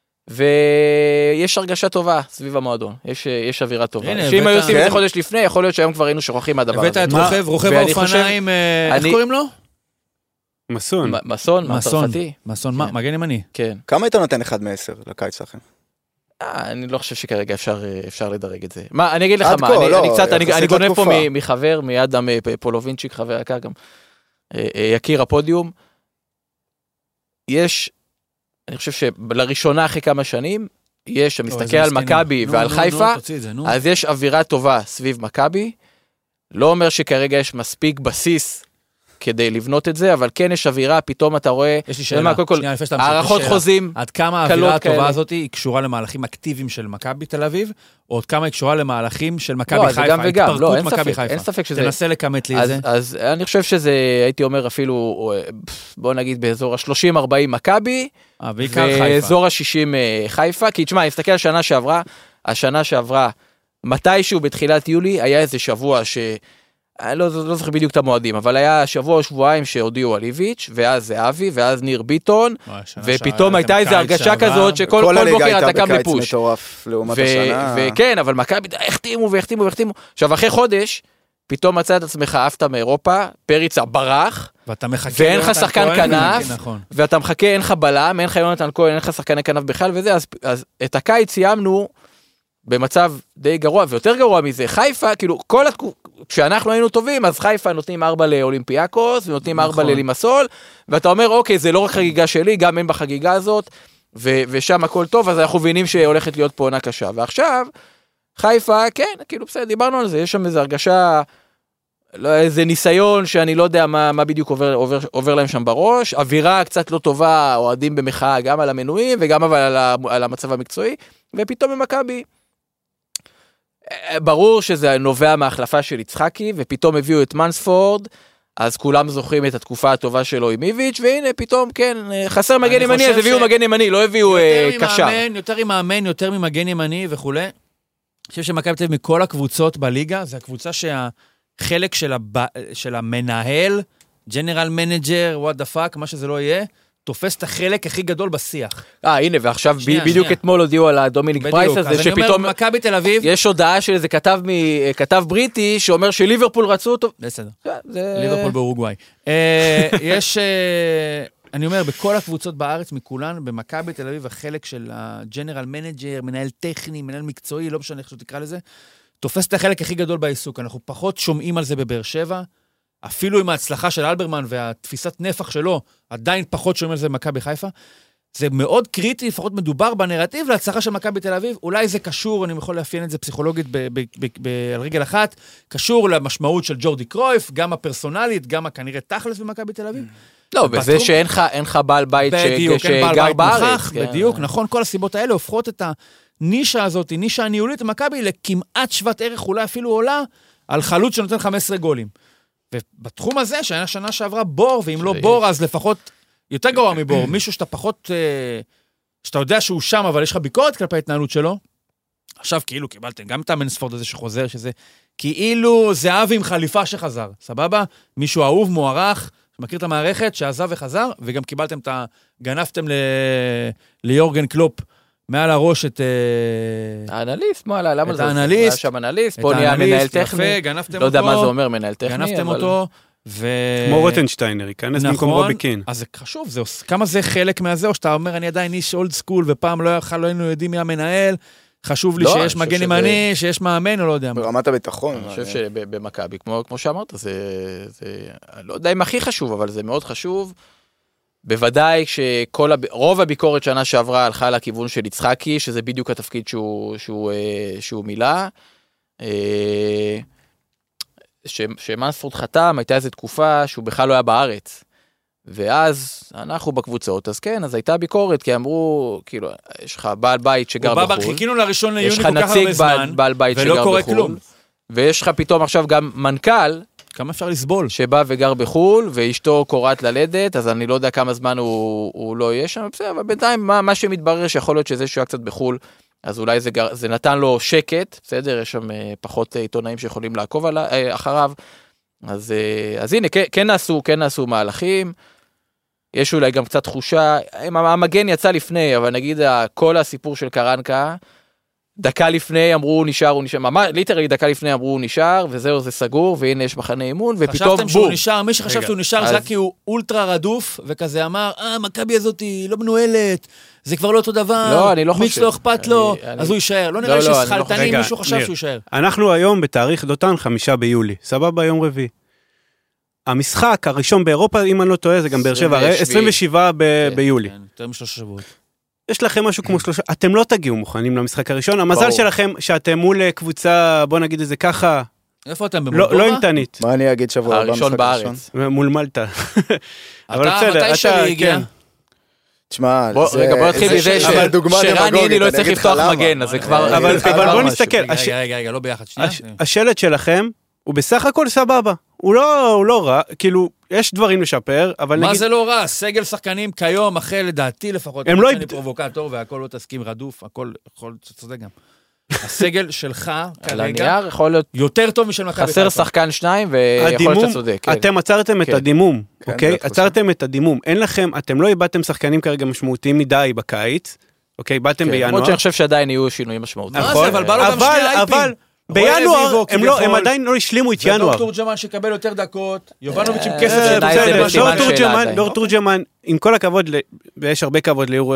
ויש הרגשה טובה סביב המועדון. יש אווירה טובה. שאם היו עושים את זה חודש לפני, יכול להיות שהיום כבר היינו שוכחים מהדבר הזה. הבאת את רוכב האופניים, איך קוראים לו? מסון. מסון, מגן ימני. כן. כמה היית נותן 1 מ-10 לקיץ לכם? אני לא חושב שכרגע אפשר לדרג את זה. מה, אני אגיד לך מה, אני גונב פה מחבר, מאדם פולובינצ'יק, חבר יקר גם, יקיר הפודיום. אני חושב שלראשונה אחרי כמה שנים, מסתכל על מכבי ועל חיפה, אז יש אווירה טובה סביב מכבי, לא אומר שכרגע יש מספיק בסיס כדי לבנות את זה, אבל כן יש אווירה, פתאום אתה רואה, יש לי שאלה, הערכות חוזים, עד כמה האווירה הטובה הזאת היא קשורה למהלכים אקטיביים של מכבי תל אביב, או עד כמה היא קשורה למהלכים של מכבי חיפה, התפרקות מכבי חיפה. אין ספק שזה... תנסה לקמת לי את זה. אז אני חושב שזה, הייתי אומר אפילו, בוא נגיד באזור ה-30-40 מכבי, ואזור ה-60 חיפה, כי תשמע, נסתכל על השנה שעברה, מתישהו בתחילת יולי, היה איזה שבוע לא זוכר בדיוק את המועדים, אבל היה שבוע או שבועיים שהודיעו על איביץ', ואז זהבי, ואז ניר ביטון, ופתאום הייתה איזו הרגשה כזאת שכל בוקר אתה קם לפוש. מטורף לעומת השנה. וכן, אבל מכבי החתימו. עכשיו, אחרי חודש, פתאום מצא את עצמך, עפת מאירופה, פריצה ברח, ואין לך שחקן כנף, ואתה מחכה, אין לך בלם, אין לך יונתן כהן, אין לך שחקני כנף בכלל, וזה, אז את הקיץ סיימנו במצב די גרוע, ויותר גרוע מזה, חיפה, כאילו, כשאנחנו היינו טובים, אז חיפה נותנים 4 לאולימפיאקוס, ונותנים 4 ללימסול, ואתה אומר, אוקיי, זה לא רק חגיגה שלי, גם אין בחגיגה הזאת, ושם הכל טוב, אז אנחנו מבינים שהולכת להיות פה עונה קשה. ועכשיו, חיפה, כן, כאילו, בסדר, דיברנו על זה, יש שם איזו הרגשה, איזה ניסיון שאני לא יודע מה בדיוק עובר להם שם בראש, אווירה קצת לא טובה, אוהדים במחאה גם על המנויים, וגם אבל על המצב המקצועי, ופתאום במכבי, ברור שזה נובע מההחלפה של יצחקי, ופתאום הביאו את מנספורד, אז כולם זוכרים את התקופה הטובה שלו עם איביץ', והנה פתאום, כן, חסר מגן ימני, אז הביאו מגן ימני, לא הביאו קשר. יותר עם מאמן, יותר ממגן ימני וכו'. אני חושב שמכבי תל אביב מכל הקבוצות בליגה, זה הקבוצה שהחלק של המנהל, ג'נרל מנג'ר, what the fuck, מה שזה לא יהיה, תופס את החלק הכי גדול בשיח. הנה, ועכשיו בדיוק אתמול הודיעו על הדומיניק פרייס הזה, שפתאום מכבי תל אביב, יש הודעה של איזה כתב בריטי, שאומר שליברפול רצו אותו. בסדר, ליברפול באורוגוואי. אני אומר, בכל הקבוצות בארץ, מכולן, במכבי תל אביב, החלק של הג'נרל מנג'ר, מנהל טכני, מנהל מקצועי, לא משנה איך שתקרא לזה, תופס את החלק הכי גדול בעיסוק. אנחנו פחות שומעים על זה בבאר שבע, אפילו עם ההצלחה של אלברמן והתפיסת נפח שלו, עדיין פחות שומעים על זה במכבי חיפה. זה מאוד קריטי, לפחות מדובר בנרטיב להצלחה של מכבי תל אביב. אולי זה קשור, אני יכול לאפיין את זה פסיכולוגית על רגל אחת, קשור למשמעות של ג'ורדי קרויף, גם הפרסונלית, גם כנראה תכלס במכבי תל אביב. לא, בזה שאין לך בעל בית שגר בארץ. בדיוק, נכון, כל הסיבות האלה הופכות את הנישה הזאת, נישה הניהולית במכבי, לכמעט שוות ערך, אולי אפילו עולה, על חלוץ שנותן 15 גולים. ובתחום הזה, שהיה שנה שעברה בור, ואם לא בור, אז לפחות יותר גרוע מבור, מישהו שאתה פחות, שאתה יודע שהוא שם, אבל יש לך ביקורת כלפי ההתנהלות שלו, עכשיו כאילו קיבלתם גם את המנספורד הזה שחוזר, שזה כאילו זהבי עם חליפה שחזר, סבבה? מישהו אהוב, מוערך, מכיר את המערכת, שעזב וחזר, וגם קיבלתם גנפתם ליורגן קלופ, מעל הראש את... האנליסט, למה זה? האנליסט. היה שם אנליסט, פה נהיה מנהל טכני. גנבתם לא יודע מה זה אומר מנהל טכני, גנבתם אותו, כמו רוטנשטיינר, ייכנס במקום רוביקין. אז זה חשוב, כמה זה חלק מהזה, או שאתה אומר, אני עדיין איש אולד סקול, ופעם לא היינו יודעים מי המנהל, חשוב לי שיש מגן ימני, שיש מאמן, או לא יודע מה. ברמת הביטחון. אני חושב שבמכבי, כמו שאמרת, זה, לא יודע אם הכי חשוב, אבל זה מאוד חשוב. בוודאי שרוב הביקורת שנה שעברה הלכה לכיוון של יצחקי, שזה בדיוק התפקיד שהוא מילא. שמנספורד חתם, הייתה איזו תקופה שהוא בכלל לא היה בארץ. ואז אנחנו בקבוצות, אז כן, אז הייתה ביקורת, כי אמרו, כאילו, יש לך בעל בית שגר בחול. חיכינו לראשון ליוני כל כך הרבה זמן, בעל בית ולא קורה כלום. ויש לך פתאום עכשיו גם מנכ"ל, כמה אפשר לסבול? שבא וגר בחול, ואשתו קוראת ללדת, אז אני לא יודע כמה זמן הוא לא יהיה שם, אבל בינתיים מה שמתברר שיכול להיות שזה שהוא היה קצת בחול, אז אולי זה נתן לו שקט, בסדר, יש שם פחות עיתונאים שיכולים לעקוב אחריו, אז הנה, כן נעשו מהלכים, יש אולי גם קצת תחושה, המגן יצא לפני, אבל נגיד כל הסיפור של קרנקה, דקה לפני אמרו נשאר, ליטרלי דקה לפני אמרו נשאר, וזהו זה סגור, והנה יש מחנה אימון, ופתאום חשבתם שהוא נשאר, מי שחשב שהוא נשאר, זה כי הוא אולטרה רדוף, וכזה אמר, מכבי הזאת היא לא מנוהלת, זה כבר לא אותו דבר, לא, אני לא חושב. מיץ לא אכפת לו, אז הוא יישאר, לא נראה לי ששחלטנים מישהו חשב שהוא יישאר. אנחנו היום בתאריך דותן 5 ביולי, סבבה יום רביעי. המשחק הראשון באירופה, אם אני לא טועה, זה גם באר שבע, 27 ביולי. יותר מ3 שבועות. יש לכם משהו כמו 3, אתם לא תגיעו מוכנים למשחק הראשון, המזל שלכם שאתם מול קבוצה, בוא נגיד את זה ככה, איפה אתם? במולדובה? לא אינטנית. מה אני אגיד שבוע הבא הראשון בארץ? מול מלטה. מתי שלי הגיע? תשמע, בוא נתחיל מזה שרן יני לא צריך לפתוח מגן, אז זה כבר... אבל בוא נסתכל. רגע, לא ביחד, שנייה. השלט שלכם הוא בסך הכל סבבה. הוא לא רע, כאילו, יש דברים לשפר, אבל נגיד... מה זה לא רע? סגל שחקנים כיום, אחרי לדעתי לפחות, הם לא... אני פרובוקטור והכל לא תסכים רדוף, הכל צודק גם. הסגל שלך כרגע יותר טוב משל מכבי חיפה. חסר שחקן 2 ויכול להיות צודק. אתם עצרתם את הדימום, אוקיי? עצרתם את הדימום. אין לכם, אתם לא איבדתם שחקנים כרגע משמעותיים מדי בקיץ, אוקיי? באתם בינואר. למרות שאני חושב שעדיין יהיו שינויים משמעותיים. אבל בא לו גם שני אייפים. בינואר, הם עדיין לא השלימו את ינואר. ודור תורג'מן שקבל יותר דקות, יובנוביץ' עם כסף של... דור תורג'מן, עם כל הכבוד, ויש הרבה כבוד ליורו,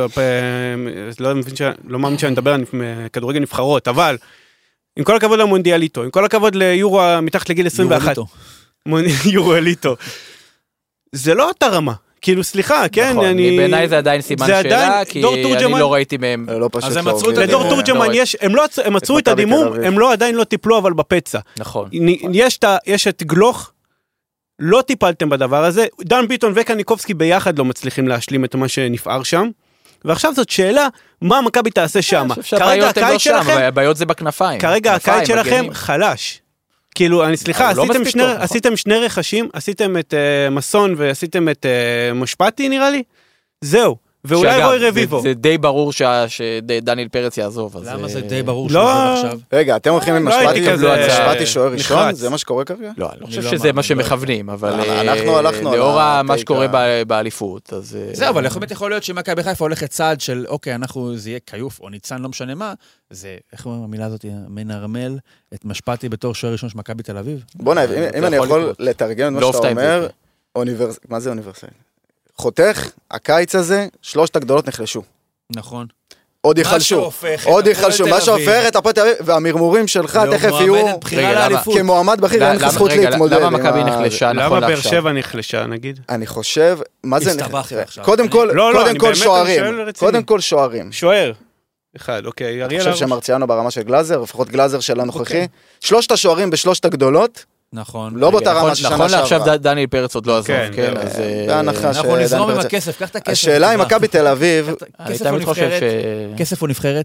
לא מאמין שאני מדבר על כדורגל נבחרות, אבל עם כל הכבוד למונדיאליטו, עם כל הכבוד ליורו מתחת לגיל 21. יורו אליטו. זה לא אותה רמה. כאילו סליחה, כן, אני... בעיניי זה עדיין סימן שאלה, כי אני לא ראיתי מהם... אז הם עצרו את לדור תורג'מן יש, הם עצרו את הדימום, הם עדיין לא טיפלו אבל בפצע. נכון. יש את גלוך, לא טיפלתם בדבר הזה, דן ביטון וקניקובסקי ביחד לא מצליחים להשלים את מה שנפער שם, ועכשיו זאת שאלה, מה מכבי תעשה שם? כרגע הקיץ שלכם... הבעיות זה בכנפיים. כרגע הקיץ שלכם חלש. כאילו, אני סליחה, עשיתם שני רכשים, עשיתם את מסון ועשיתם את משפטי נראה לי, זהו, ואולי רוי רביבו. זה די ברור שדניאל פרץ יעזוב. למה זה די ברור שהוא עוזב עכשיו? רגע, אתם הולכים עם משפטי שוער ראשון? זה מה שקורה כרגע? לא, אני חושב שזה מה שמכוונים, אבל אנחנו הלכנו לאור מה שקורה באליפות, אז... זהו, אבל יכול להיות שמכבי חיפה הולכת צעד של, אוקיי, זה יהיה קיוף או ניצן, לא משנה מה, זה, איך אומרים המילה הזאת, מנרמל את משפטי בתור שוער ראשון של מכבי תל אביב? בוא נעב, אם אני יכול לתרגם את מה שאתה אומר, מה זה אוניברסלי? חותך, הקיץ הזה, 3 הגדולות נחלשו. נכון. עוד יחלשו. מה שהופך את הפועל תל אביב, והמרמורים שלך תכף יהיו כמועמד בכיר, אין לך זכות להתמודד. למה מכבי נחלשה? למה באר שבע נחלשה, נגיד? אני חושב, מה זה נחלשה? קודם כל שוערים. קודם כל שוערים. שוער. אחד, אוקיי. אני חושב שמרציאנו ברמה של גלאזר, לפחות גלאזר של הנוכחי. 3 השוערים ב3 הגדולות, נכון. לא באותה רמה ששנה שעברה. נכון לעכשיו דניאל פרץ עוד לא עזוב, כן, אז... אנחנו נזרום עם הכסף, קח את הכסף. השאלה אם מכבי תל אביב... כסף או נבחרת?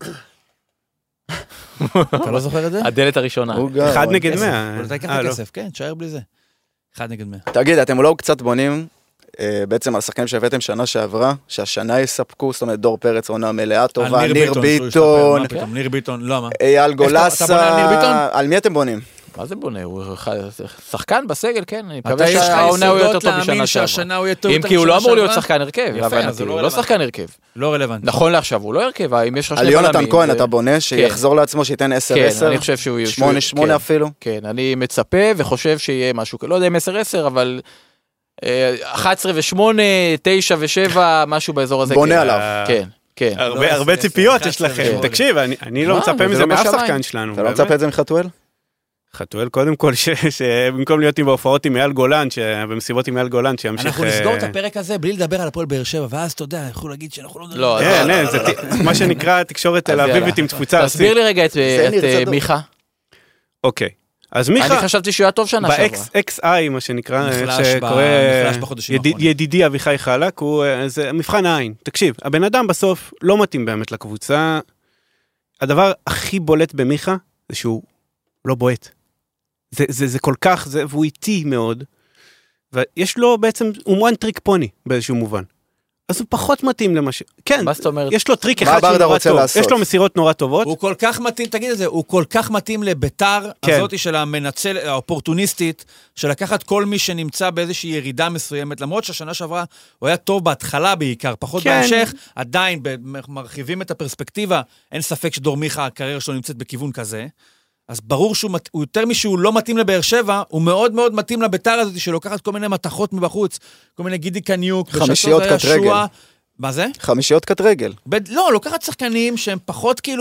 אתה לא זוכר את זה? הדלת הראשונה. 1 נגד 100. אתה קח את הכסף, כן, תשאר בלי זה. 1 נגד 100. תגיד, אתם אולי קצת בונים בעצם על השחקנים שהבאתם שנה שעברה, שהשנה יספקו, זאת אומרת דור פרץ עונה מלאה טובה, ניר ביטון, ניר ביטון, לא מה? אייל גולסה, על מי אתם בונים? מה זה בונה? הוא שחקן בסגל, כן. אני אתה מקווה יש לך שהעונה הוא יותר יסודות טוב להאמין בשנה שעברה. שהשנה הוא יהיה טוב אם יותר כי הוא לא משנה אמור להיות שעברה? שחקן הרכב, יפה, אבל אז הוא הוא לא שחקן הרכב. לא רלוונטי. נכון לעכשיו, הוא לא הרכב, אם יש לך על יונתן כהן אתה בונה שיחזור לעצמו, שייתן 10-10? כן, אני חושב שהוא... 8-8 אפילו? כן, אני מצפה וחושב שיהיה משהו, לא יודע אם 10-10, אבל 11 ו-8, 9 ו-7, משהו באזור הזה. בונה עליו. כן, כן. הרבה ציפיות יש לכם. תקשיב, אני לא מצפה מזה מאף שחקן שלנו. אתה לא מצפה את זה מחתואל? חתואל קודם כל, שבמקום להיות בהופעות עם אייל גולן, במסיבות עם אייל גולן, שימשיך... אנחנו נסגור את הפרק הזה בלי לדבר על הפועל באר שבע, ואז אתה יודע, יכול להגיד שאנחנו לא... לא, זה מה שנקרא תקשורת תל אביבית עם תפוצה ארצית. תסביר לי רגע את מיכה. אוקיי. אז מיכה... אני חשבתי שהוא היה טוב שנה שעברה. ב-XI, מה שנקרא, נחלש בחודשים האחרונים. ידידי אביחי חלק, זה מבחן העין. תקשיב, הבן אדם בסוף לא מתאים באמת לקבוצה. הדבר הכי בולט במיכה, זה שהוא לא בועט. זה כל כך, והוא איטי מאוד, ויש לו בעצם, הוא one trick pony באיזשהו מובן. אז הוא פחות מתאים למשהו. כן, יש לו טריק אחד שהוא נורא טוב. יש לו מסירות נורא טובות. הוא כל כך מתאים, תגיד את זה, הוא כל כך מתאים לביתר הזאת של המנצל, האופורטוניסטית, של לקחת כל מי שנמצא באיזושהי ירידה מסוימת, למרות שהשנה שעברה הוא היה טוב בהתחלה בעיקר, פחות בהמשך, עדיין מרחיבים את הפרספקטיבה, אין ספק שדור מיכה, הקריירה שלו נמצאת בכיוון כזה, אז ברור שהוא יותר משהוא לא מתאים לבאר שבע, הוא מאוד מאוד מתאים לביתר הזאת, שלוקחת כל מיני מתחות מבחוץ, כל מיני גידי קניוק, חמישיות קט רגל. מה זה? חמישיות קט רגל. לא, לוקחת שחקנים שהם פחות כאילו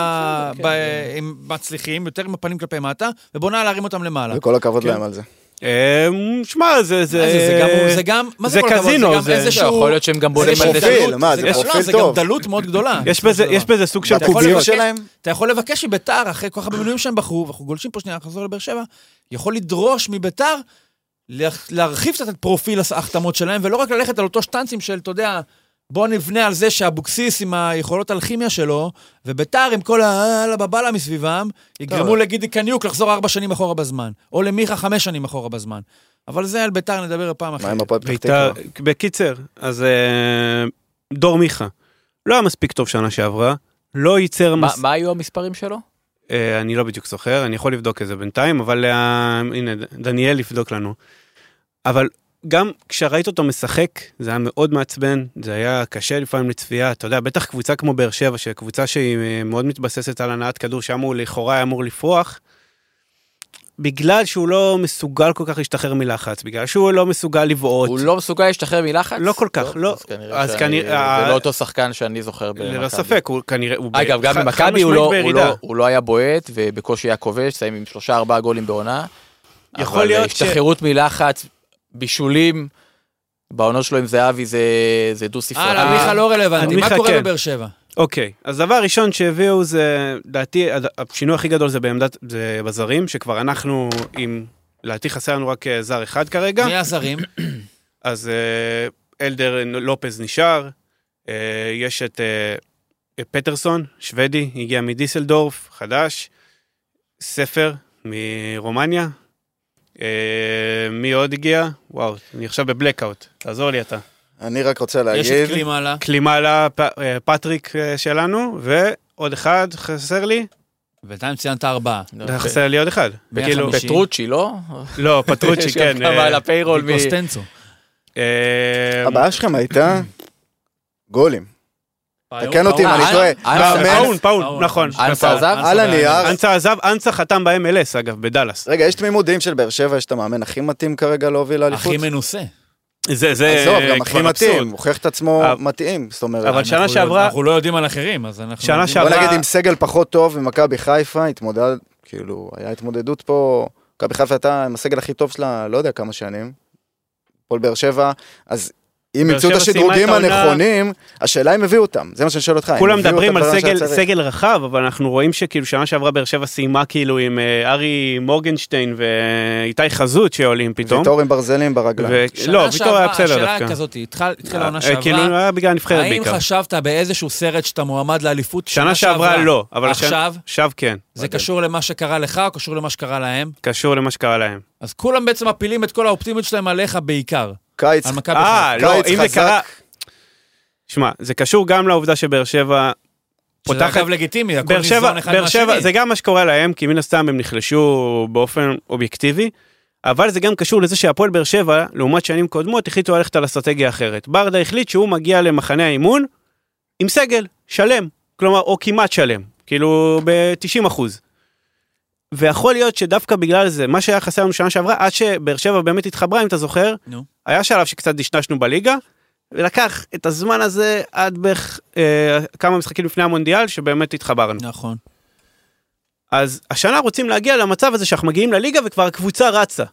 הם מצליחים, יותר עם הפנים כלפי מטה, ובונה להרים אותם למעלה. וכל הכבוד להם על זה. שמע, זה גם, מה זה קזינו, זה יכול להיות שהם גם בונים על פרופיל, מה, זה פרופיל טוב. זה גם דלות מאוד גדולה. יש בזה סוג של קוביות שלהם. אתה יכול לבקש מביתר, אחרי כל כך הרבה מינויים שהם בחרו, ואנחנו גולשים פה שנייה, חזור לבאר שבע, יכול לדרוש מביתר, להרחיב קצת את פרופיל ההחתמות שלהם, ולא רק ללכת על אותו שטנצים של, אתה יודע, בוא נבנה על זה שהבוקסיס עם היכולות אלכימיה שלו, וביתר עם כל הבבלה מסביבם, יגרמו לגידי קניוק לחזור 4 שנים אחורה בזמן, או למיכה 5 שנים אחורה בזמן. אבל זה על ביתר נדבר פעם אחת. מה עם הפועל פתח תקווה? בקיצר, אז דור מיכה, לא היה מספיק טוב שנה שעברה, לא ייצר... מה היו המספרים שלו? אני לא בדיוק זוכר, אני יכול לבדוק את זה בינתיים, אבל הנה, דניאל יבדוק לנו. אבל גם כשראית אותו משחק, זה היה מאוד מעצבן, זה היה קשה לפעמים לצפייה, אתה יודע, בטח קבוצה כמו באר שבע, שקבוצה שהיא מאוד מתבססת על הנעת כדור, שאמור לכאורה היה אמור לפרוח, בגלל שהוא לא מסוגל כל כך להשתחרר מלחץ, בגלל שהוא לא מסוגל לבעוט. הוא לא מסוגל להשתחרר מלחץ? לא כל כך, לא. אז כנראה... זה לא אותו שחקן שאני זוכר במכבי. ללא ספק, הוא כנראה... אגב, גם במכבי הוא לא היה בועט, ובקושי היה כובש, סיים עם 3-4 גולים בעונה. יכול להיות השתחררות מלחץ, בישולים, בעונות שלו עם זהבי זה דו ספרי. מיכה לא רלוונטי, מה קורה בבאר שבע? אוקיי, אז דבר ראשון שהביאו זה, דעתי, השינוי הכי גדול זה בעמדת, זה בזרים, שכבר אנחנו עם, לדעתי חסר לנו רק זר אחד כרגע. מי הזרים? אז אלדר לופז נשאר, יש את פטרסון, שוודי, הגיע מדיסלדורף, חדש, ספר מרומניה, מי עוד הגיע? וואו, אני עכשיו בבלקאוט, תעזור לי אתה. אני רק רוצה להגיד... יש את קלימאלה. קלימאלה, פטריק שלנו, ועוד אחד חסר לי. בינתיים ציינת 4. חסר לי עוד אחד. פטרוצ'י, לא? לא, פטרוצ'י, כן. כמה על הפיירול. קוסטנצו. הבעיה שלכם הייתה גולים. תקן אותי אם אני טועה. פאון, נכון. אנסה עזב? על הנייר. אנסה עזב, אנסה חתם ב-MLS, אגב, בדלס. רגע, יש תמימות דעים של באר שבע, יש את המאמן הכי מתאים כרגע להוביל לאליפות? הכי מנוסה. עזוב, גם הכי מתאים, מוכיח את עצמו מתאים, זאת אומרת. אבל שנה שעברה... אנחנו לא יודעים על אחרים, אז אנחנו... שנה שעברה... בוא נגיד, עם סגל פחות טוב, ממכבי חיפה, התמודד, כאילו, היה התמודדות פה, מכבי חיפה הייתה עם הסגל הכי טוב שלה, לא יודע כמה שנים, פועל באר שבע, אז אם ימצאו את השדרוגים הנכונים, השאלה אם הביאו אותם, זה מה שאני שואל אותך. כולם מדברים על סגל רחב, אבל אנחנו רואים שכאילו שנה שעברה באר שבע סיימה כאילו עם ארי מורגנשטיין ואיתי חזות שעולים פתאום. ויתור עם ברזלים ברגליים. לא, ויתור היה בסדר דווקא. השאלה כזאת, התחילה העונה שעברה. כאילו היה בגלל נבחרת בעיקר. האם חשבת באיזשהו סרט שאתה מועמד לאליפות? שנה שעברה לא, אבל עכשיו כן. זה קשור למה שקרה לך או קשור למה שקרה להם? קשור למה שקרה להם. אז כולם בעצם מפילים את כל האופטימיות שלהם עליך בעיקר. קיץ לא, אם זה קרה... שמע, זה קשור גם לעובדה שבאר שבע שזה אגב לגיטימי, הכל באר שבע, ניזון אחד באר שבע, מהשני. זה גם מה שקורה להם, כי מן הסתם הם נחלשו באופן אובייקטיבי, אבל זה גם קשור לזה שהפועל באר שבע, לעומת שנים קודמות, החליטו ללכת על אסטרטגיה אחרת. ברדה החליט שהוא מגיע למחנה האימון עם סגל שלם, כלומר, או כמעט שלם, כאילו ב-90%. ויכול להיות שדווקא בגלל זה, מה שהיה חסר לנו שנה שעברה, עד שבאר שבע באמת התחברה, אם אתה זוכר, היה שלב שקצת דשנשנו בליגה, ולקח את הזמן הזה עד בערך כמה משחקים לפני המונדיאל, שבאמת התחברנו. נכון. אז השנה רוצים להגיע למצב הזה שאנחנו מגיעים לליגה, וכבר הקבוצה רצה.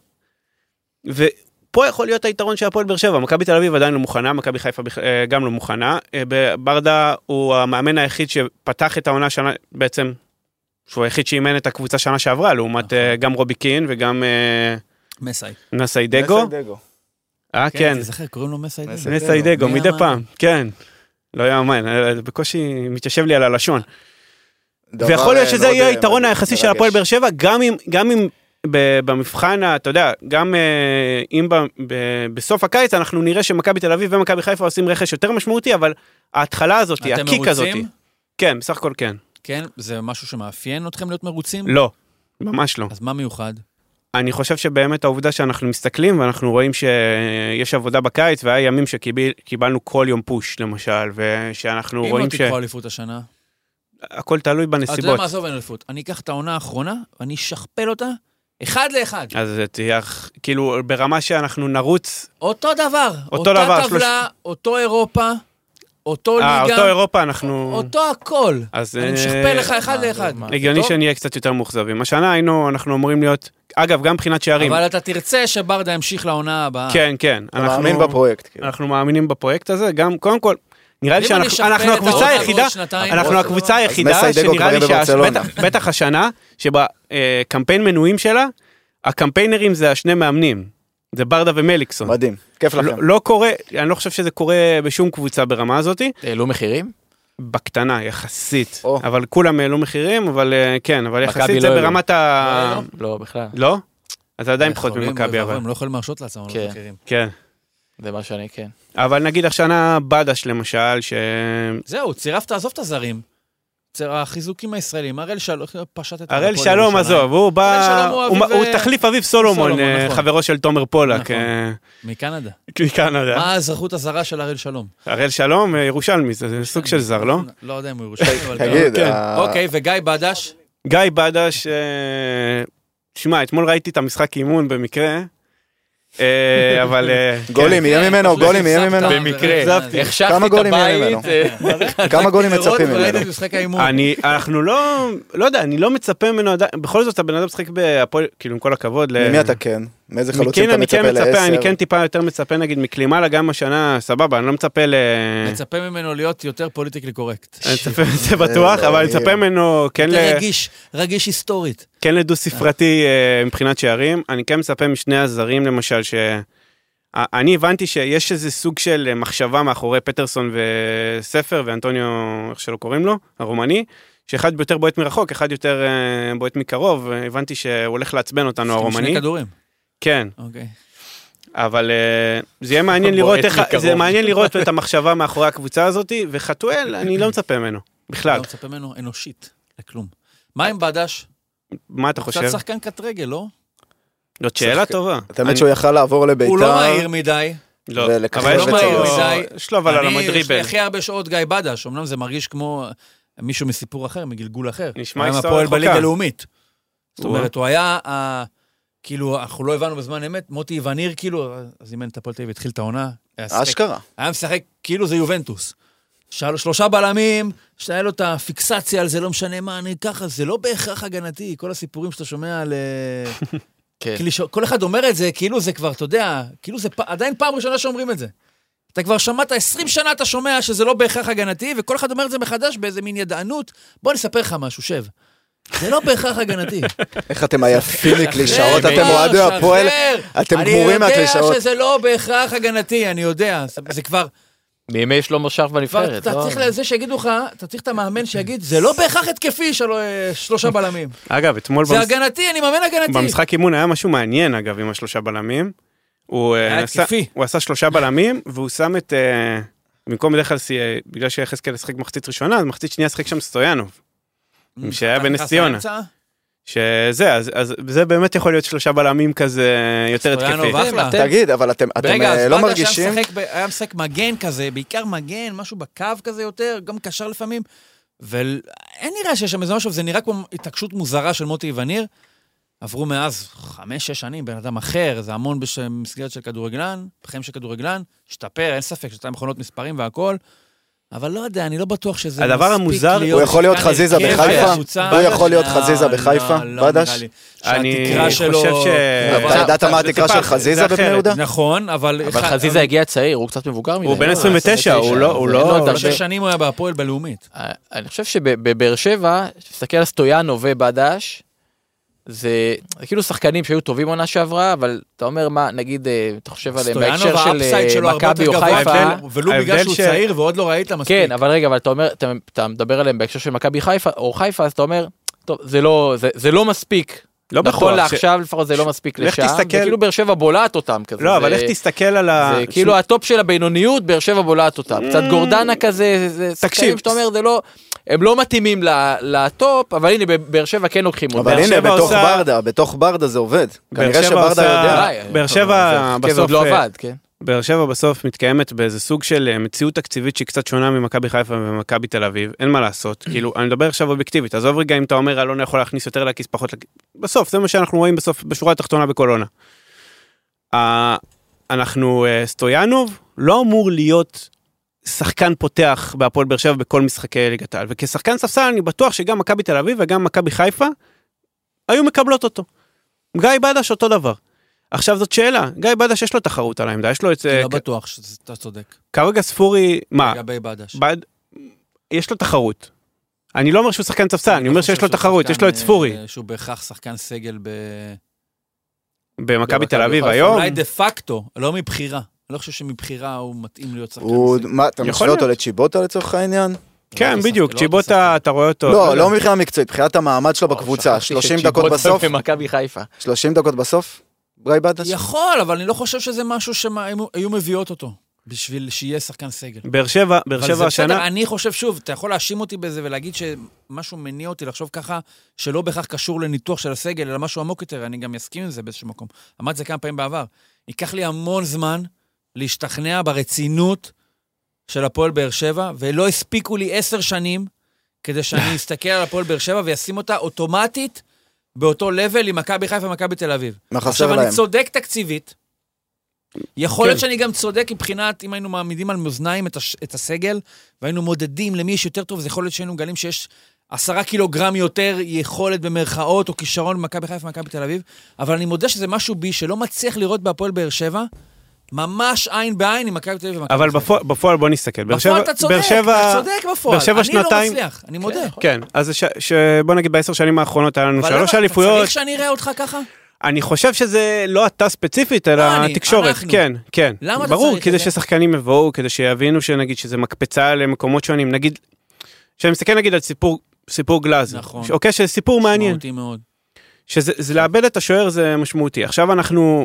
ופה יכול להיות היתרון של הפועל באר שבע. מכבי תל אביב עדיין לא מוכנה, מכבי חיפה גם לא מוכנה. ברדה הוא המאמן היחיד שפתח את העונה שנה, בעצם, שהוא היחיד שאימן את הקבוצה שנה שעברה, לעומת גם רובי קין וגם מסיידגו. כן. תזכר, קוראים לו מסיידגו. מסיידגו, מדי פעם, כן. לא יאמן, בקושי מתיישב לי על הלשון. ויכול להיות שזה יהיה היתרון היחסי של הפועל באר שבע, גם אם במבחן, אתה יודע, גם אם בסוף הקיץ אנחנו נראה שמכבי תל אביב ומכבי חיפה עושים רכש יותר משמעותי, אבל ההתחלה הזאת, הקיק הזאת. אתם מרוצים? כן, בסך הכל כן. כן, זה משהו שמאפיין אתכם להיות מרוצים? לא, ממש לא. אז מה מיוחד? אני חושב שבאמת העובדה שאנחנו מסתכלים, ואנחנו רואים שיש עבודה בקיץ, והיה ימים שקיבלנו כל יום פוש, למשל, ושאנחנו רואים אם לא תקחו אליפות השנה? הכל תלוי בנסיבות. אתה יודע מה עזוב אין אליפות? אני אקח את העונה האחרונה, ואני אשכפל אותה, אחד לאחד. אז זה תהיה, כאילו, ברמה שאנחנו נרוץ... אותו דבר. אותו דבר. אותה טבלה, אותו אירופה, אותו ליגה. אותו אירופה אנחנו... אותו הכל. אני משכפל לך אחד לאחד. הגיוני שנהיה קצת יותר מוכזבים. השנה אנחנו אמורים להיות... אגב, גם מבחינת שערים. אבל אתה תרצה שברדה ימשיך לעונה הבאה. כן, כן. אתה מאמין בפרויקט. אנחנו מאמינים בפרויקט הזה. גם, קודם כל, נראה לי שאנחנו הקבוצה היחידה, אנחנו הקבוצה היחידה שנראה לי שבטח השנה, שבקמפיין מנויים שלה, הקמפיינרים זה השני מאמנים. זה ברדה ומליקסון. מדהים, כיף לכם. לא קורה, אני לא חושב שזה קורה בשום קבוצה ברמה הזאת. העלו מחירים? בקטנה, יחסית. אבל כולם העלו מחירים, אבל כן, אבל יחסית זה ברמת ה... לא, בכלל. לא? אז זה עדיין פחות ממכבי, אבל... הם לא יכולים להרשות לעצמם מחירים. כן. זה מה שאני, כן. אבל נגיד השנה בדש למשל, זהו, צירפת, עזוב את הזרים. החיזוקים הישראלים, הראל שלום, פשט את... הראל שלום, עזוב, הוא בא... הוא תחליף אביב סולומון, חברו של תומר פולק. מקנדה. מקנדה. מה האזרחות הזרה של הראל שלום? הראל שלום, ירושלמי, זה סוג של זר, לא? לא יודע אם הוא ירושלמי, אבל... תגיד. אוקיי, וגיא בדש? גיא בדש, שמע, אתמול ראיתי את המשחק אימון במקרה, אבל... גולים, יהיה ממנו, גולים, יהיה ממנו. במקרה. כמה גולים יהיה ממנו? כמה גולים מצפים ממנו? אנחנו לא יודע, אני לא מצפה ממנו, בכל זאת הבן אדם משחק בהפועל, כאילו עם כל הכבוד. ממי אתה כן? מאיזה חלוצים אתה מצפה ל10? אני כן טיפה יותר מצפה, נגיד, מקלימה גם השנה, סבבה, אני לא מצפה מצפה ממנו להיות יותר פוליטיקלי קורקט. אני מצפה, זה בטוח, אבל אני מצפה ממנו כן רגיש היסטורית. כן לדו ספרתי מבחינת שערים. אני כן מצפה משני הזרים, למשל, אני הבנתי שיש איזה סוג של מחשבה מאחורי פטרסון וספר, ואנטוניו, איך שלא קוראים לו, הרומני, שאחד יותר בועט מרחוק, אחד יותר בועט מקרוב, הבנתי שהוא הולך לעצבן אותנו, הרומני. שני כדורים. כן. אוקיי. אבל זה יהיה מעניין לראות זה מעניין לראות את המחשבה מאחורי הקבוצה הזאת, וחתואל, אני לא מצפה ממנו, בכלל. לא מצפה ממנו אנושית, לכלום. מה עם בדש? מה אתה חושב? קצת שחקן קט רגל, לא? זאת שאלה טובה. אתה באמת שהוא יכל לעבור לביתר. הוא לא מהיר מדי. לא, אבל לא מהיר מדי. יש לו אבל על המדריבל. יש לי הכי הרבה שעות גיא בדש, אמנם זה מרגיש כמו מישהו מסיפור אחר, מגלגול אחר. נשמע היסטוריה רחוקה. הפועל בליגה הלאומית. זאת אומרת, הוא היה, כאילו, אנחנו לא הבנו בזמן אמת, מוטי וניר, כאילו, אז אימן את הפועל תל אביב, התחיל את העונה. אשכרה. היה משחק, כאילו זה יובנטוס. 3 בלמים, שהיה לו את הפיקסציה על זה, לא משנה מה, אני ככה, זה לא בהכרח הגנתי, כל הסיפורים שאתה שומע על... כל אחד אומר את זה, כאילו זה כבר, אתה יודע, כאילו זה עדיין פעם ראשונה שאומרים את זה. אתה כבר שמעת 20 שנה, אתה שומע שזה לא בהכרח הגנתי, וכל אחד אומר את זה מחדש באיזה מין ידענות. בוא נספר לך משהו, שב. זה לא בהכרח הגנתי. איך אתם עייפים מקלישאות, אתם אוהדי הפועל, אתם גמורים מהקלישאות. אני יודע שזה לא בהכרח הגנתי, אני יודע, זה כבר... מימי שלמה שרף בנבחרת. אתה צריך לזה שיגידו לך, אתה צריך את המאמן שיגיד, זה לא בהכרח התקפי של 3 בלמים. אגב, אתמול... זה הגנתי, אני מאמן הגנתי. במשחק אימון היה משהו מעניין, אגב, עם 3 בלמים. הוא עשה 3 בלמים, והוא שם את... במקום בדרך כלל, בגלל שיחזקאל לשחק מחצית ראשונה, אז מחצית שנייה שחק שם סטויאנוב, שהיה בנס ציונה. שזה, אז זה באמת יכול להיות 3 בלמים כזה יותר התקפי. תגיד, אבל אתם לא מרגישים... היה משחק מגן כזה, בעיקר מגן, משהו בקו כזה יותר, גם קשר לפעמים, ואין נראה שיש שם איזה משהו, זה נראה כמו התעקשות מוזרה של מוטי וניר, עברו מאז 5-6 שנים, בן אדם אחר, זה המון במסגרת של כדורגלן, בחיים של כדורגלן, השתפר, אין ספק, 2 מכונות מספרים והכל, אבל לא יודע, אני לא בטוח שזה הדבר המוזר, הוא יכול להיות חזיזה בחיפה? הוא יכול להיות חזיזה בחיפה? בדש? אני חושב ש... אתה ידעת מה התקרה של חזיזה בבני יהודה? נכון, אבל... אבל חזיזה הגיע צעיר, הוא קצת מבוגר מדי. הוא בן 29, הוא לא... 6 שנים הוא היה בהפועל בלאומית. אני חושב שבבאר שבע, שתסתכל על סטויאנוב ובדש, זה כאילו שחקנים שהיו טובים עונה שעברה, אבל אתה אומר מה, נגיד, אתה חושב עליהם בהקשר של מכבי או חיפה, ולו בגלל שהוא צעיר ועוד לא ראית מספיק. כן, אבל רגע, אבל אתה מדבר עליהם בהקשר של מכבי חיפה או חיפה, אז אתה אומר, טוב, זה לא מספיק. נכון לעכשיו לפחות זה לא מספיק לשם, זה כאילו באר שבע בולעת אותם כזה. לא, אבל איך תסתכל על ה... זה כאילו הטופ של הבינוניות, באר שבע בולעת אותם. קצת גורדנה כזה, זה שחקנים שאתה אומר, זה לא... הם לא מתאימים לטופ, אבל הנה, באר שבע כן לוקחים אותם. אבל הנה, בתוך ברדה זה עובד. כנראה שברדה יודע. באר שבע בסוף... לא עבד, כן. באר שבע בסוף מתקיימת באיזה סוג של מציאות תקציבית שהיא קצת שונה ממכבי חיפה ומכבי תל אביב, אין מה לעשות, כאילו, אני מדבר עכשיו אובייקטיבית, עזוב רגע אם אתה אומר, אלון יכול להכניס יותר לכיס, פחות לכיס, בסוף, זה מה שאנחנו רואים בסוף, בשורה התחתונה בכל עונה. אנחנו, סטויאנוב לא אמור להיות שחקן פותח בהפועל באר שבע בכל משחקי ליגת העל, וכשחקן ספסל אני בטוח שגם מכבי תל אביב וגם מכבי חיפה היו מקבלות אותו. גיא בדש אותו דבר. עכשיו זאת שאלה, גיא בדש יש לו תחרות על העמדה, יש לו את... אני לא בטוח שאתה צודק. כרגע ספורי, מה? לגבי בדש. יש לו תחרות. אני לא אומר שהוא שחקן ספסל, אני אומר שיש לו תחרות, יש לו את ספורי. שהוא בהכרח שחקן סגל במכבי תל אביב היום. אולי דה פקטו, לא מבחירה. אני לא חושב שמבחירה הוא מתאים להיות שחקן סגל. מה, אתה משווה אותו לצ'יבוטה לצורך העניין? כן, בדיוק, צ'יבוטה, אתה רואה אותו. לא, לא מבחירה מקצועית, מבחינת המעמד שלו בקבוצה, 30 דקות בסוף. 30 דקות בסוף? גיא בדש? יכול, אבל אני לא חושב שזה משהו שהיו מביאות אותו, בשביל שיהיה שחקן סגל. באר שבע השנה... אני חושב שוב, אתה יכול להאשים אותי בזה ולהגיד שמשהו מניע אותי לחשוב ככה, שלא בהכרח קשור לניתוח של הסגל, אלא משהו עמוק יותר, אני גם אסכים עם זה באיזשהו מקום. אמרתי זה כמה פעמים בעבר. ייקח לי המון זמן להשתכנע ברצינות של הפועל באר שבע, ולא הספיקו לי 10 שנים, כדי שאני אסתכל על הפועל באר שבע וישים אותה אוטומטית באותו לבל עם מכבי חיפה ומכבי תל אביב. עכשיו אני צודק תקציבית, יכול להיות שאני גם צודק מבחינת, אם היינו מעמידים על מאזניים את הסגל, והיינו מודדים למי יש יותר טוב, זה יכול להיות שהיינו מגלים שיש 10 קילוגרם יותר יכולת במרכאות או כישרון במכבי חיפה ומכבי תל אביב, אבל אני מודה שזה משהו בי שלא מצליח לראות בהפועל באר שבע, ממש עין בעין עם מכבי תל אביב ומכבי חיפה. אבל בפועל בוא נסתכל. בפועל אתה צודק, אתה צודק בפועל. אני לא מצליח, אני מודה. כן, אז בוא נגיד ב10 שנים האחרונות היה לנו 3 אליפויות. צריך שאני אראה אותך ככה? אני חושב שזה לא אתה ספציפית, אלא התקשורת. כן, כן. למה אתה ברור, צריך כדי ששחקנים יבואו, כדי שיבינו שנגיד שזה מקפצה למקומות שונים. נגיד, שאני מסתכל נגיד על סיפור גלאזר. נכון. אוקיי, שזה סיפור מעניין. משמעותי מאוד. שזה לאבד את השוער זה משמעותי. עכשיו אנחנו...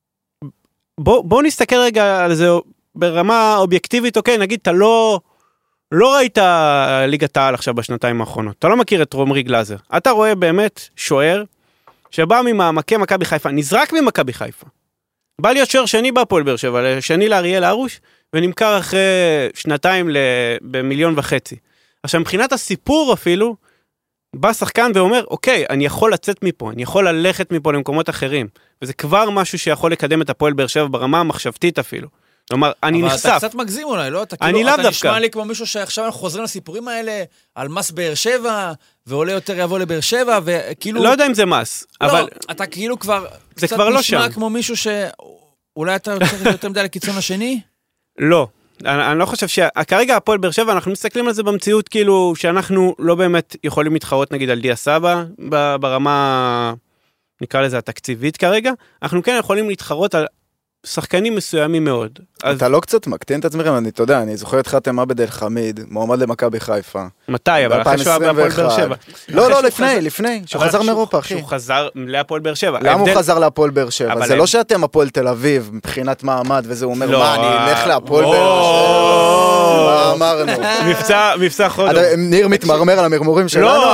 בואו נסתכל רגע על זה ברמה אובייקטיבית, אוקיי, נגיד, אתה לא ראית ליגת העל עכשיו בשנתיים האחרונות, אתה לא מכיר את רומרי גלאזר, אתה רואה באמת שוער שבא ממעמקי מכבי חיפה, נזרק ממכבי חיפה, בא להיות שוער שני בהפועל באר שבע, שני לאריאל הרוש, ונמכר אחרי 2 במיליון וחצי. עכשיו, מבחינת הסיפור אפילו, בא שחקן ואומר, אוקיי, אני יכול לצאת מפה, אני יכול ללכת מפה למקומות אחרים, וזה כבר משהו שיכול לקדם את הפועל באר שבע ברמה המחשבתית אפילו. כלומר, אני נחשף. אבל אתה קצת מגזים אולי, לא? אתה נשמע לי כמו מישהו שעכשיו אנחנו חוזרים לסיפורים האלה, על מס באר שבע, ועולה יותר יבוא לבאר שבע, וכאילו... לא יודע אם זה מס, אבל... לא, אתה כאילו כבר... זה כבר לא שם. קצת נשמע כמו מישהו שאולי אתה יותר מדי לקיצון השני? לא. אני לא חושב שכרגע הפועל באר שבע, אנחנו מסתכלים על זה במציאות כאילו שאנחנו לא באמת יכולים להתחרות נגיד על דיה סבא ברמה, נקרא לזה התקציבית כרגע, אנחנו כן יכולים להתחרות על שחקנים מסוימים מאוד. אתה לא קצת מקטין את עצמכם, אתה יודע, אני זוכר את חתם עבד אל חמיד, מועמד למכבי חיפה. מתי? אבל אחרי שהוא היה בהפועל באר שבע. לא, לפני, שהוא חזר מאירופה, אחי. שהוא חזר להפועל באר שבע. למה הוא חזר להפועל באר שבע? זה לא שאתם הפועל תל אביב, מבחינת מעמד, וזה אומר, מה, אני אלך להפועל באר שבע? מה אמרנו? מבצע חודו. ניר מתמרמר על המרמורים שלנו. לא,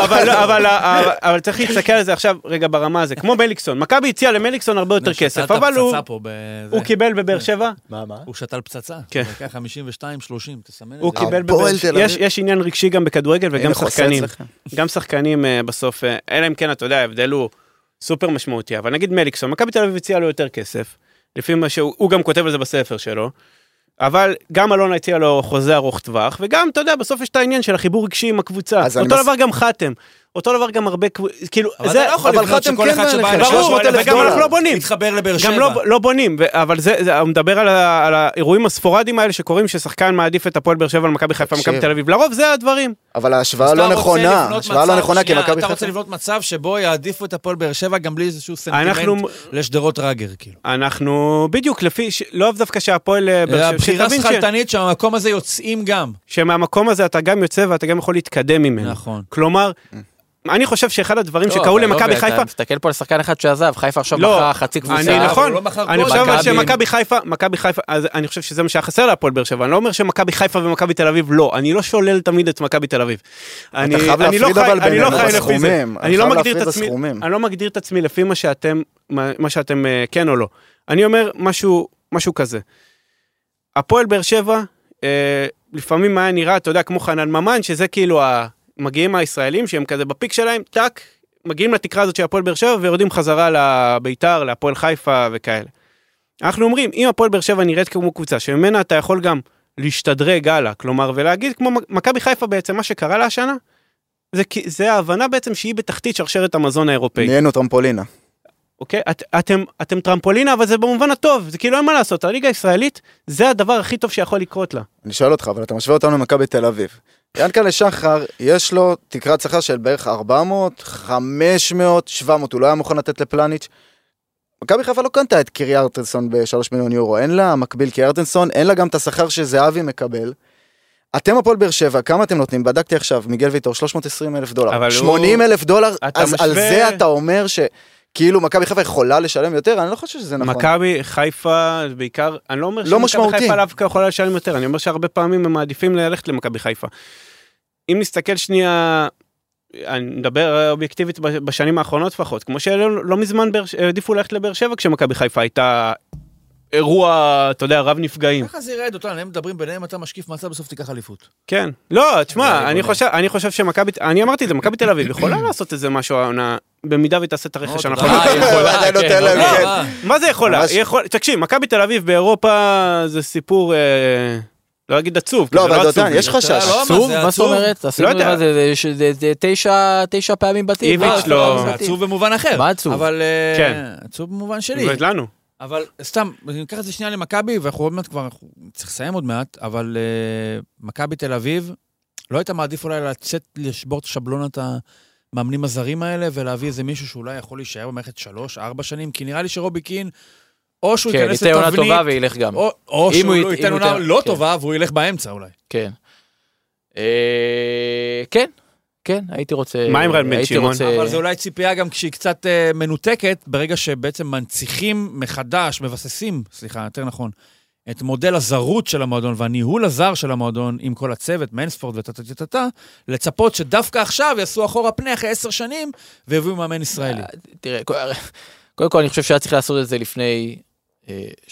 אבל צריך להסתכל על זה עכשיו, רגע, ברמה הזה. כמו מליקסון. מכבי הציע למליקסון הרבה יותר כסף, אבל הוא קיבל בבאר שבע. מה? הוא שתל פצצה. כן. הוא לקח 52-30, תסמן את זה. הוא קיבל בבאר שבע. יש עניין רגשי גם בכדורגל וגם שחקנים. גם שחקנים בסוף, אלא אם כן, אתה יודע, ההבדל הוא סופר משמעותי. אבל נגיד מליקסון, מכבי תל אביב הציע לו יותר כסף. לפי מה שהוא גם כותב על זה בספר שלו. אבל גם אלון הציע לו חוזה ארוך טווח, וגם, אתה יודע, בסוף יש את העניין של החיבור רגשי עם הקבוצה. אותו דבר גם חתם. אותו דבר גם הרבה, כאילו, אבל אתה לא יכול לבנות שכל אחד שבא אליך, ברור, וגם אנחנו לא בונים. מתחבר לבאר שבע. גם לא בונים, אבל הוא מדבר על האירועים הספורדיים האלה שקוראים ששחקן מעדיף את הפועל באר שבע על מכבי חיפה, מכבי תל אביב. לרוב זה הדברים. אבל ההשוואה לא נכונה. ההשוואה לא נכונה, כי מכבי חיפה... אתה רוצה לבנות מצב שבו יעדיפו את הפועל באר שבע גם בלי איזשהו סנטימנט לשדרות רגר, כאילו. אנחנו, בדיוק, לפי, לא דווקא שהפועל באר שבע... הבחירה שחלטנית שהמקום הזה יוצאים גם. שמהמקום הזה אתה גם יוצא ואתה גם יכול להתקדם ממנו. נכון. כלומר, אני חושב שאחד הדברים שקראו למכבי חיפה... אתה מסתכל פה על שחקן אחד שעזב, חיפה עכשיו בחרה חצי קבוצה. נכון, אני חושב שמכבי חיפה, אז אני חושב שזה מה שהיה חסר להפועל באר שבע, אני לא אומר שמכבי חיפה ומכבי תל אביב לא, אני לא שולל תמיד את מכבי תל אביב. אתה חייב להפריד אבל בינינו בסכומים. אני לא מגדיר את עצמי לפי מה שאתם כן או לא. אני אומר משהו כזה. הפועל באר שבע, לפעמים היה נראה, אתה יודע, כמו חנן ממן, שזה כאילו מגיעים הישראלים שהם כזה בפיק שלהם, טק, מגיעים לתקרה הזאת של הפועל באר שבע ויורדים חזרה לביתר, להפועל חיפה וכאלה. אנחנו אומרים, אם הפועל באר שבע נראית כמו קבוצה, שממנה אתה יכול גם להשתדרג הלאה, כלומר, ולהגיד כמו מכבי חיפה בעצם, מה שקרה לה השנה, זה ההבנה בעצם שהיא בתחתית שרשרת המזון האירופאי. נהיינו טרמפולינה. אוקיי? אתם טרמפולינה, אבל זה במובן הטוב, זה כאילו אין מה לעשות, הליגה הישראלית, זה הדבר הכי טוב שיכול לקרות לה. אני שואל אותך, אבל אתה משווה אותנו למכבי תל אביב. ינקלה שחר, יש לו תקרת שכר של בערך 400, 500, 700, הוא לא היה מוכן לתת לפלניץ'. מכבי חיפה לא קנתה את קירי ארטנסון ב3 מיליון יורו, אין לה מקביל קירי ארטנסון, אין לה גם את השכר שזהבי מקבל. אתם הפועל באר שבע, כמה אתם נותנים? בדקתי עכשיו, מיגל ויטור, $320,000. 80,000, אז על זה אתה אומר כאילו מכבי חיפה יכולה לשלם יותר, אני לא חושב שזה נכון. מכבי חיפה, בעיקר, אני לא אומר שמכבי חיפה דווקא יכולה לשלם יותר, אני אומר שהרבה פעמים הם מעדיפים ללכת למכבי חיפה. אם נסתכל שנייה, אני מדבר אובייקטיבית בשנים האחרונות לפחות, כמו שלא מזמן העדיפו ללכת לבאר שבע, כשמכבי חיפה הייתה אירוע, אתה יודע, רב נפגעים. ככה זה ירד אותו, הם מדברים ביניהם, אתה משקיף מצב, בסוף תיקח אליפות. כן. לא, תשמע, אני חושב שמכבי, אני אמרתי את זה, מכבי תל אביב יכולה לעשות איזה משהו, במידה ותעשה את הרכש הנכון. מה זה יכולה? תקשיב, מכבי תל אביב באירופה זה סיפור, לא אגיד עצוב. לא, אבל דותן, יש חשש. עצוב? מה זאת אומרת? לא יודע. זה 9 פעמים בתים. איביץ' לא. זה עצוב במובן אחר. מה עצוב? אבל כן. עצוב במובן שלי. לנו. אבל סתם, אני אקח את זה שנייה למכבי, ואנחנו עוד מעט כבר, צריך לסיים עוד מעט, אבל מכבי תל אביב, לא הייתה מעדיף אולי לצאת לשבור את שבלונת המאמנים הזרים האלה, ולהביא איזה מישהו שאולי יכול להישאר במערכת 3-4 שנים, כי נראה לי שרובי קין, או שהוא ייכנס לתבנית, כן, ייתן עונה טובה וילך גם. או שהוא ייתן עונה לא טובה, והוא ילך באמצע אולי. כן. כן. כן, הייתי רוצה... מה עם רן בן שמעון? אבל זה אולי ציפייה גם כשהיא קצת מנותקת, ברגע שבעצם מנציחים מחדש, מבססים, סליחה, יותר נכון, את מודל הזרות של המועדון והניהול הזר של המועדון עם כל הצוות, מנספורד וטטטטטה, לצפות שדווקא עכשיו יעשו אחורה פני אחרי 10 שנים והביאו מאמן ישראלי. תראה, קודם כל אני חושב שהיה צריך לעשות את זה לפני 2.5,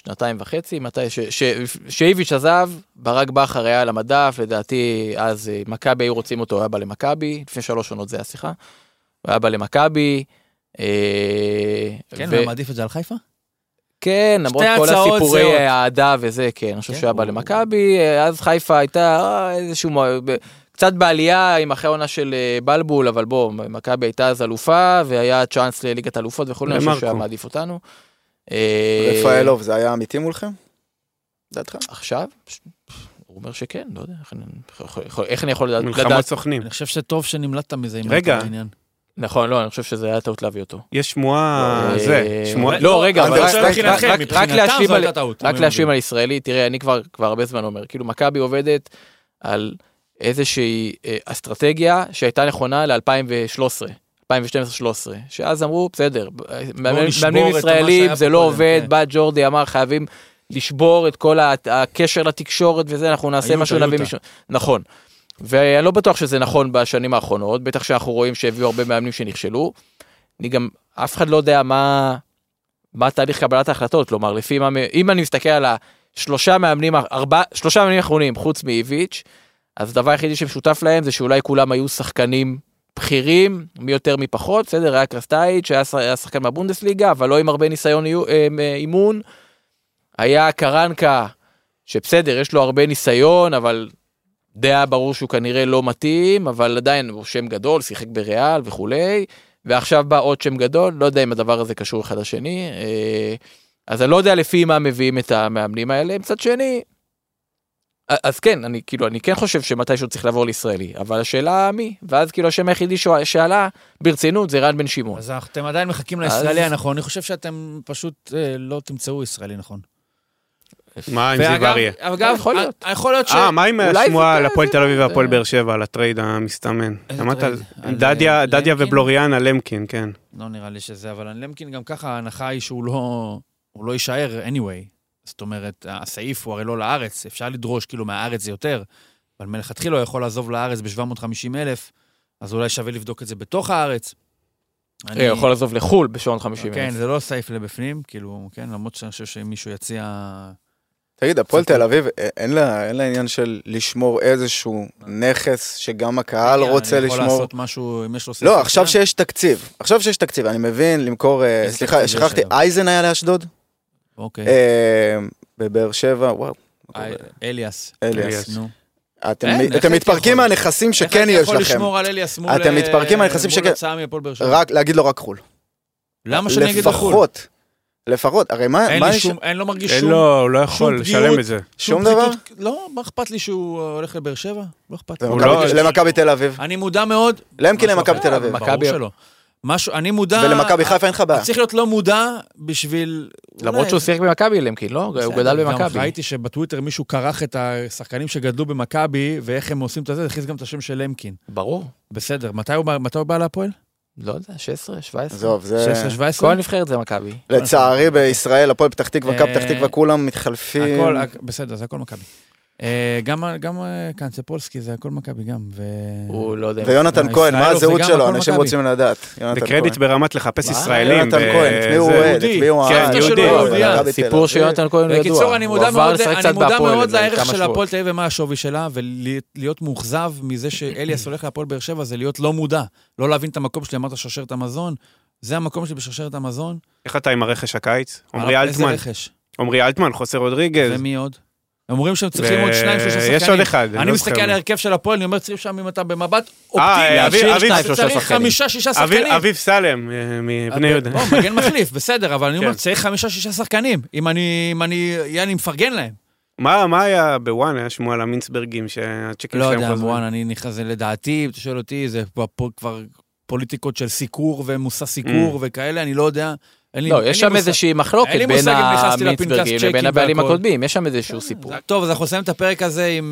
שאיביץ' עזב, ברק בכר היה על המדף, לדעתי אז מכבי היו רוצים אותו, היה בא למכבי, לפני 3 עונות זה היה שיחה, הוא היה בא למכבי. כן, הוא מעדיף את זה על חיפה? כן, למרות כל הסיפורי העדה וזה, כן, אני חושב שהוא היה בא למכבי, אז חיפה הייתה איזשהו, קצת בעלייה עם אחרי העונה של בלבול, אבל בוא, מכבי הייתה אז אלופה, והיה צ'אנס לליגת אלופות וכו', אני חושב שהוא היה מעדיף אותנו. רפאלוב, זה היה אמיתי מולכם? דעתך? עכשיו? הוא אומר שכן, לא יודע, איך אני יכול לדעת? מלחמות סוכנים. אני חושב שטוב שנמלטת מזה. רגע. נכון, לא, אני חושב שזה היה טעות להביא אותו. יש שמועה, לא, רגע, רק להשלים על ישראלי, תראה, אני כבר הרבה זמן אומר, כאילו מכבי עובדת על איזושהי אסטרטגיה שהייתה נכונה ל-2013. 2012-2013, שאז אמרו, בסדר, מאמנים ישראלים, זה לא עובד, בא ג'ורדי אמר, חייבים לשבור את כל הקשר לתקשורת וזה, אנחנו נעשה משהו נביא מישהו. נכון. ואני לא בטוח שזה נכון בשנים האחרונות, בטח שאנחנו רואים שהביאו הרבה מאמנים שנכשלו. אני גם, אף אחד לא יודע מה תהליך קבלת ההחלטות, כלומר, לפי אם אני מסתכל על שלושה מאמנים האחרונים, חוץ מאיביץ', אז הדבר היחידי שמשותף להם זה שאולי כולם היו שחקנים בכירים, מי יותר מי פחות, בסדר, היה קרסטייץ' שהיה שחקן מהבונדסליגה, אבל לא עם הרבה ניסיון אימון, היה קרנקה, שבסדר, יש לו הרבה ניסיון, אבל די היה ברור שהוא כנראה לא מתאים, אבל עדיין הוא שם גדול, שיחק בריאל וכולי, ועכשיו בא עוד שם גדול, לא יודע אם הדבר הזה קשור אחד לשני, אז אני לא יודע לפי מה מביאים את המאמנים האלה, מצד שני, אז כן, אני כן חושב שמתישהו צריך לעבור לישראלי, אבל השאלה מי? ואז כאילו השם היחידי שעלה ברצינות זה רן בן שמעון. אז אתם עדיין מחכים לישראלי הנכון, אני חושב שאתם פשוט לא תמצאו ישראלי נכון. מה עם זיו אריה? אגב, יכול להיות מה עם השמועה על הפועל תל אביב והפועל באר שבע, על הטרייד המסתמן? דדיה ובלוריאן על למקין, כן. לא נראה לי שזה, אבל על למקין גם ככה ההנחה היא שהוא לא יישאר anyway. זאת אומרת, הסעיף הוא הרי לא לארץ, אפשר לדרוש כאילו מהארץ זה יותר, אבל מלכתחילה הוא יכול לעזוב לארץ ב-750,000, אז אולי שווה לבדוק את זה בתוך הארץ. הוא יכול לעזוב לחול ב-750,000. כן, זה לא סעיף לבפנים, כאילו, כן, למרות שאני חושב שמישהו יציע... תגיד, הפועל תל אביב, אין לה עניין של לשמור איזשהו נכס שגם הקהל רוצה לשמור. אני יכול לעשות משהו, אם יש לו סעיף... לא, עכשיו שיש תקציב, אני מבין, למכור, סליחה, שכחתי, אייזן היה לאשדוד? אוקיי. בבאר שבע, וואו. אליאס. נו. אתם מתפרקים מהנכסים שכן יש לכם. יכול לשמור על אליאס מול... אתם מתפרקים מהנכסים שכן... להגיד לו רק חול. למה שאני אגיד לו חול? לפחות, הרי מה... אין לו מרגיש שום... אין לו, הוא לא יכול לשלם את זה. שום דבר? לא, מה אכפת לי שהוא הולך לבאר שבע? לא אכפת לי. למכבי תל אביב. אני מודע מאוד... למקין למכבי תל אביב. ברור שלא. משהו, אני מודע... ולמכבי חיפה אין לך בעיה. צריך להיות לא מודע בשביל... למרות שהוא שיחק במכבי למקין, לא? הוא גדל במכבי. גם ראיתי שבטוויטר מישהו קרח את השחקנים שגדלו במכבי, ואיך הם עושים את זה, הכניס גם את השם של למקין. ברור. בסדר, מתי הוא בא להפועל? לא יודע, 16, 17. זוב, זה... 16, 17? כל נבחרת זה מכבי. לצערי בישראל, הפועל פתח תקווה, קו פתח תקווה, כולם מתחלפים. בסדר, זה הכל מכבי. גם קנצפולסקי, זה הכל מכבי גם. הוא לא יודע. ויונתן כהן, מה הזהות שלו? אנשים רוצים לדעת. זה קרדיט ברמת לחפש ישראלים. יונתן כהן, את מי הוא אוהד? את מי הוא אוהד? סיפור שיונתן כהן הוא ידוע. בקיצור, אני מודע מאוד לערך של הפועל תל אביב ומה השווי שלה, ולהיות מאוכזב מזה שאליאס הולך להפועל באר שבע, זה להיות לא מודע. לא להבין את המקום שלי, אמרת שרשרת המזון. זה המקום שלי בשרשרת המזון. איך אתה עם הרכש הקיץ? עומרי אלטמן, חוסר רודריגז. ומי עוד? אומרים שהם צריכים עוד 2-3 שחקנים. יש עוד אחד. אני מסתכל על ההרכב של הפועל, אני אומר, צריך שם אם אתה במבט אופטימי. צריך 5-6 שחקנים. אביב סלם, מבני יהודה. מגן מחליף, בסדר, אבל אני אומר, צריך 5-6 שחקנים. אם אני מפרגן להם. מה היה בוואן? היה שמוע על המינסברגים שהצ'קים שלהם חוזרים. לא יודע, בוואן, אני נכנס לדעתי, אתה שואל אותי, זה כבר פוליטיקות של סיקור ומוסע סיקור וכאלה, אני לא יודע. לא, יש שם איזושהי מחלוקת בין המינסברגים לבין הבעלים הקודמים, יש שם איזשהו סיפור. טוב, אז אנחנו נסיים את הפרק הזה עם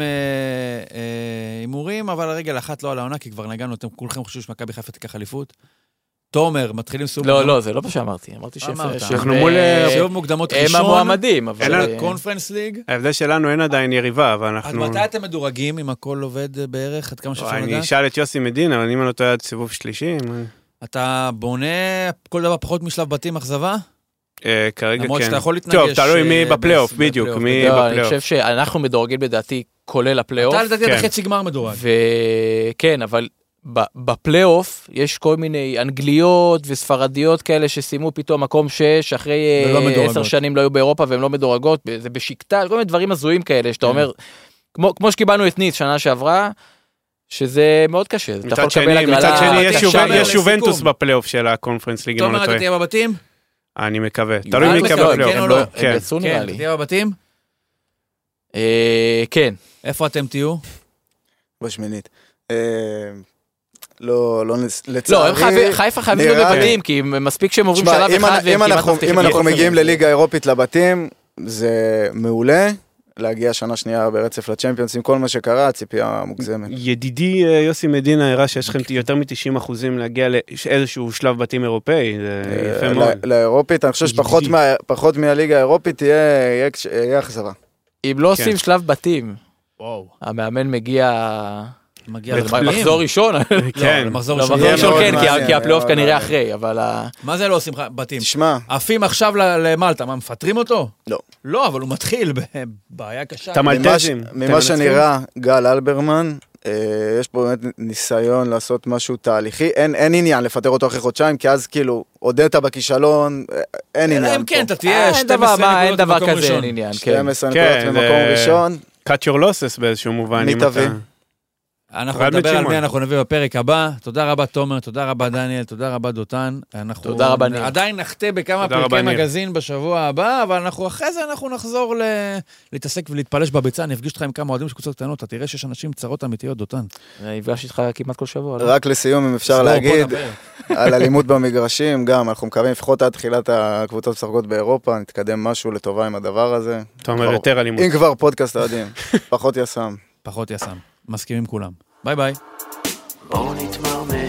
הימורים, אבל הרגל אחת לא על העונה, כי כבר נגענו, אתם כולכם חושבים שמכבי חיפה תיקח אליפות. תומר, מתחילים סיבוב... לא, זה לא מה שאמרתי, אמרתי שאנחנו מול... סיבוב מוקדמות ראשון. הם המועמדים, אבל... קונפרנס ליג. ההבדל שלנו אין עדיין יריבה, אבל אנחנו... עד מתי אתם מדורגים, אם הכל עובד בערך, עד כמה שאפשר לדעת? אני אשאל את יוסי מדינה, אבל אם אני לא טועה עד סיבוב שלישי... אתה בונה כל דבר פחות משלב בתים אכזבה? כרגע כן. למרות שאתה יכול להתנגש... טוב, תלוי מי בפלייאוף, בדיוק, מי בפלייאוף. אני חושב שאנחנו מדורגים לדעתי, כולל הפלייאוף. אתה לדעתי בחצי גמר מדורג. וכן, אבל בפלייאוף יש כל מיני אנגליות וספרדיות כאלה שסיימו פתאום מקום 6, אחרי 10 שנים לא היו באירופה והם לא מדורגות, זה בשקטה, כל מיני דברים הזויים כאלה, שאתה אומר, כמו שקיבלנו את ניץ שנה שעברה, שזה מאוד קשה. מצד שני, יש יובנטוס בפלייאוף של הקונפרנס ליג. תומר, אתה תהיה בבתים? אני מקווה. תלוי מי יקבל בפלייאוף. הם יצאו נראה לי. תהיה בבתים? כן. איפה אתם תהיו? בשמינית. לא, לצערי... חיפה חייבים להיות בבתים, כי מספיק שהם עוברים שלב אחד והם כמעט מבטיחים. אם אנחנו מגיעים לליגה האירופית לבתים, זה מעולה. להגיע שנה שנייה ברצף לצ'מפיונס, עם כל מה שקרה, הציפייה מוגזמת. ידידי יוסי מדינה הראה שיש לכם יותר מ-90% להגיע לאיזשהו שלב בתים אירופאי, זה יפה מאוד. לאירופית, אני חושב שפחות מהליגה האירופית יהיה אכזבה. אם לא עושים שלב בתים, המאמן מגיע למחזור ראשון. כן, למחזור ראשון כן, כי הפלייאוף כנראה אחרי, אבל... מה זה לא עושים בתים? תשמע. עפים עכשיו למלטה, מה, מפטרים אותו? לא. לא, אבל הוא מתחיל בבעיה קשה. ממה שנראה, גל אלברמן, יש פה באמת ניסיון לעשות משהו תהליכי, אין עניין לפטר אותו אחרי חודשיים, כי אז כאילו, הודית בכישלון, אין עניין פה. כן, אתה תהיה 12 נקודות במקום ראשון. 12 נקודות במקום ראשון. cut your losses באיזשהו מובן. מי תביא? אנחנו נדבר על מי אנחנו נביא בפרק הבא. תודה רבה תומר, תודה רבה דניאל, תודה רבה דותן. תודה רבה ניר. עדיין נחטא בכמה פרקי מגזין בשבוע הבא, אבל אחרי זה אנחנו נחזור להתעסק ולהתפלש בביצה. אני אפגיש אותך עם כמה אוהדים של קבוצות קטנות, אתה תראה שיש אנשים צרות אמיתיות, דותן. אני אפגש איתך כמעט כל שבוע. רק לסיום, אם אפשר להגיד, על אלימות במגרשים, גם אנחנו מקווים לפחות עד תחילת הקבוצות משחקות באירופה, נתקדם משהו לטובה עם הדבר הזה. אתה אומר יותר אלימות. אם כבר פודקאסט אוהדים, פחות יסם. פחות יסם. מסכימים כולם. ביי ביי. בואו נתמרמר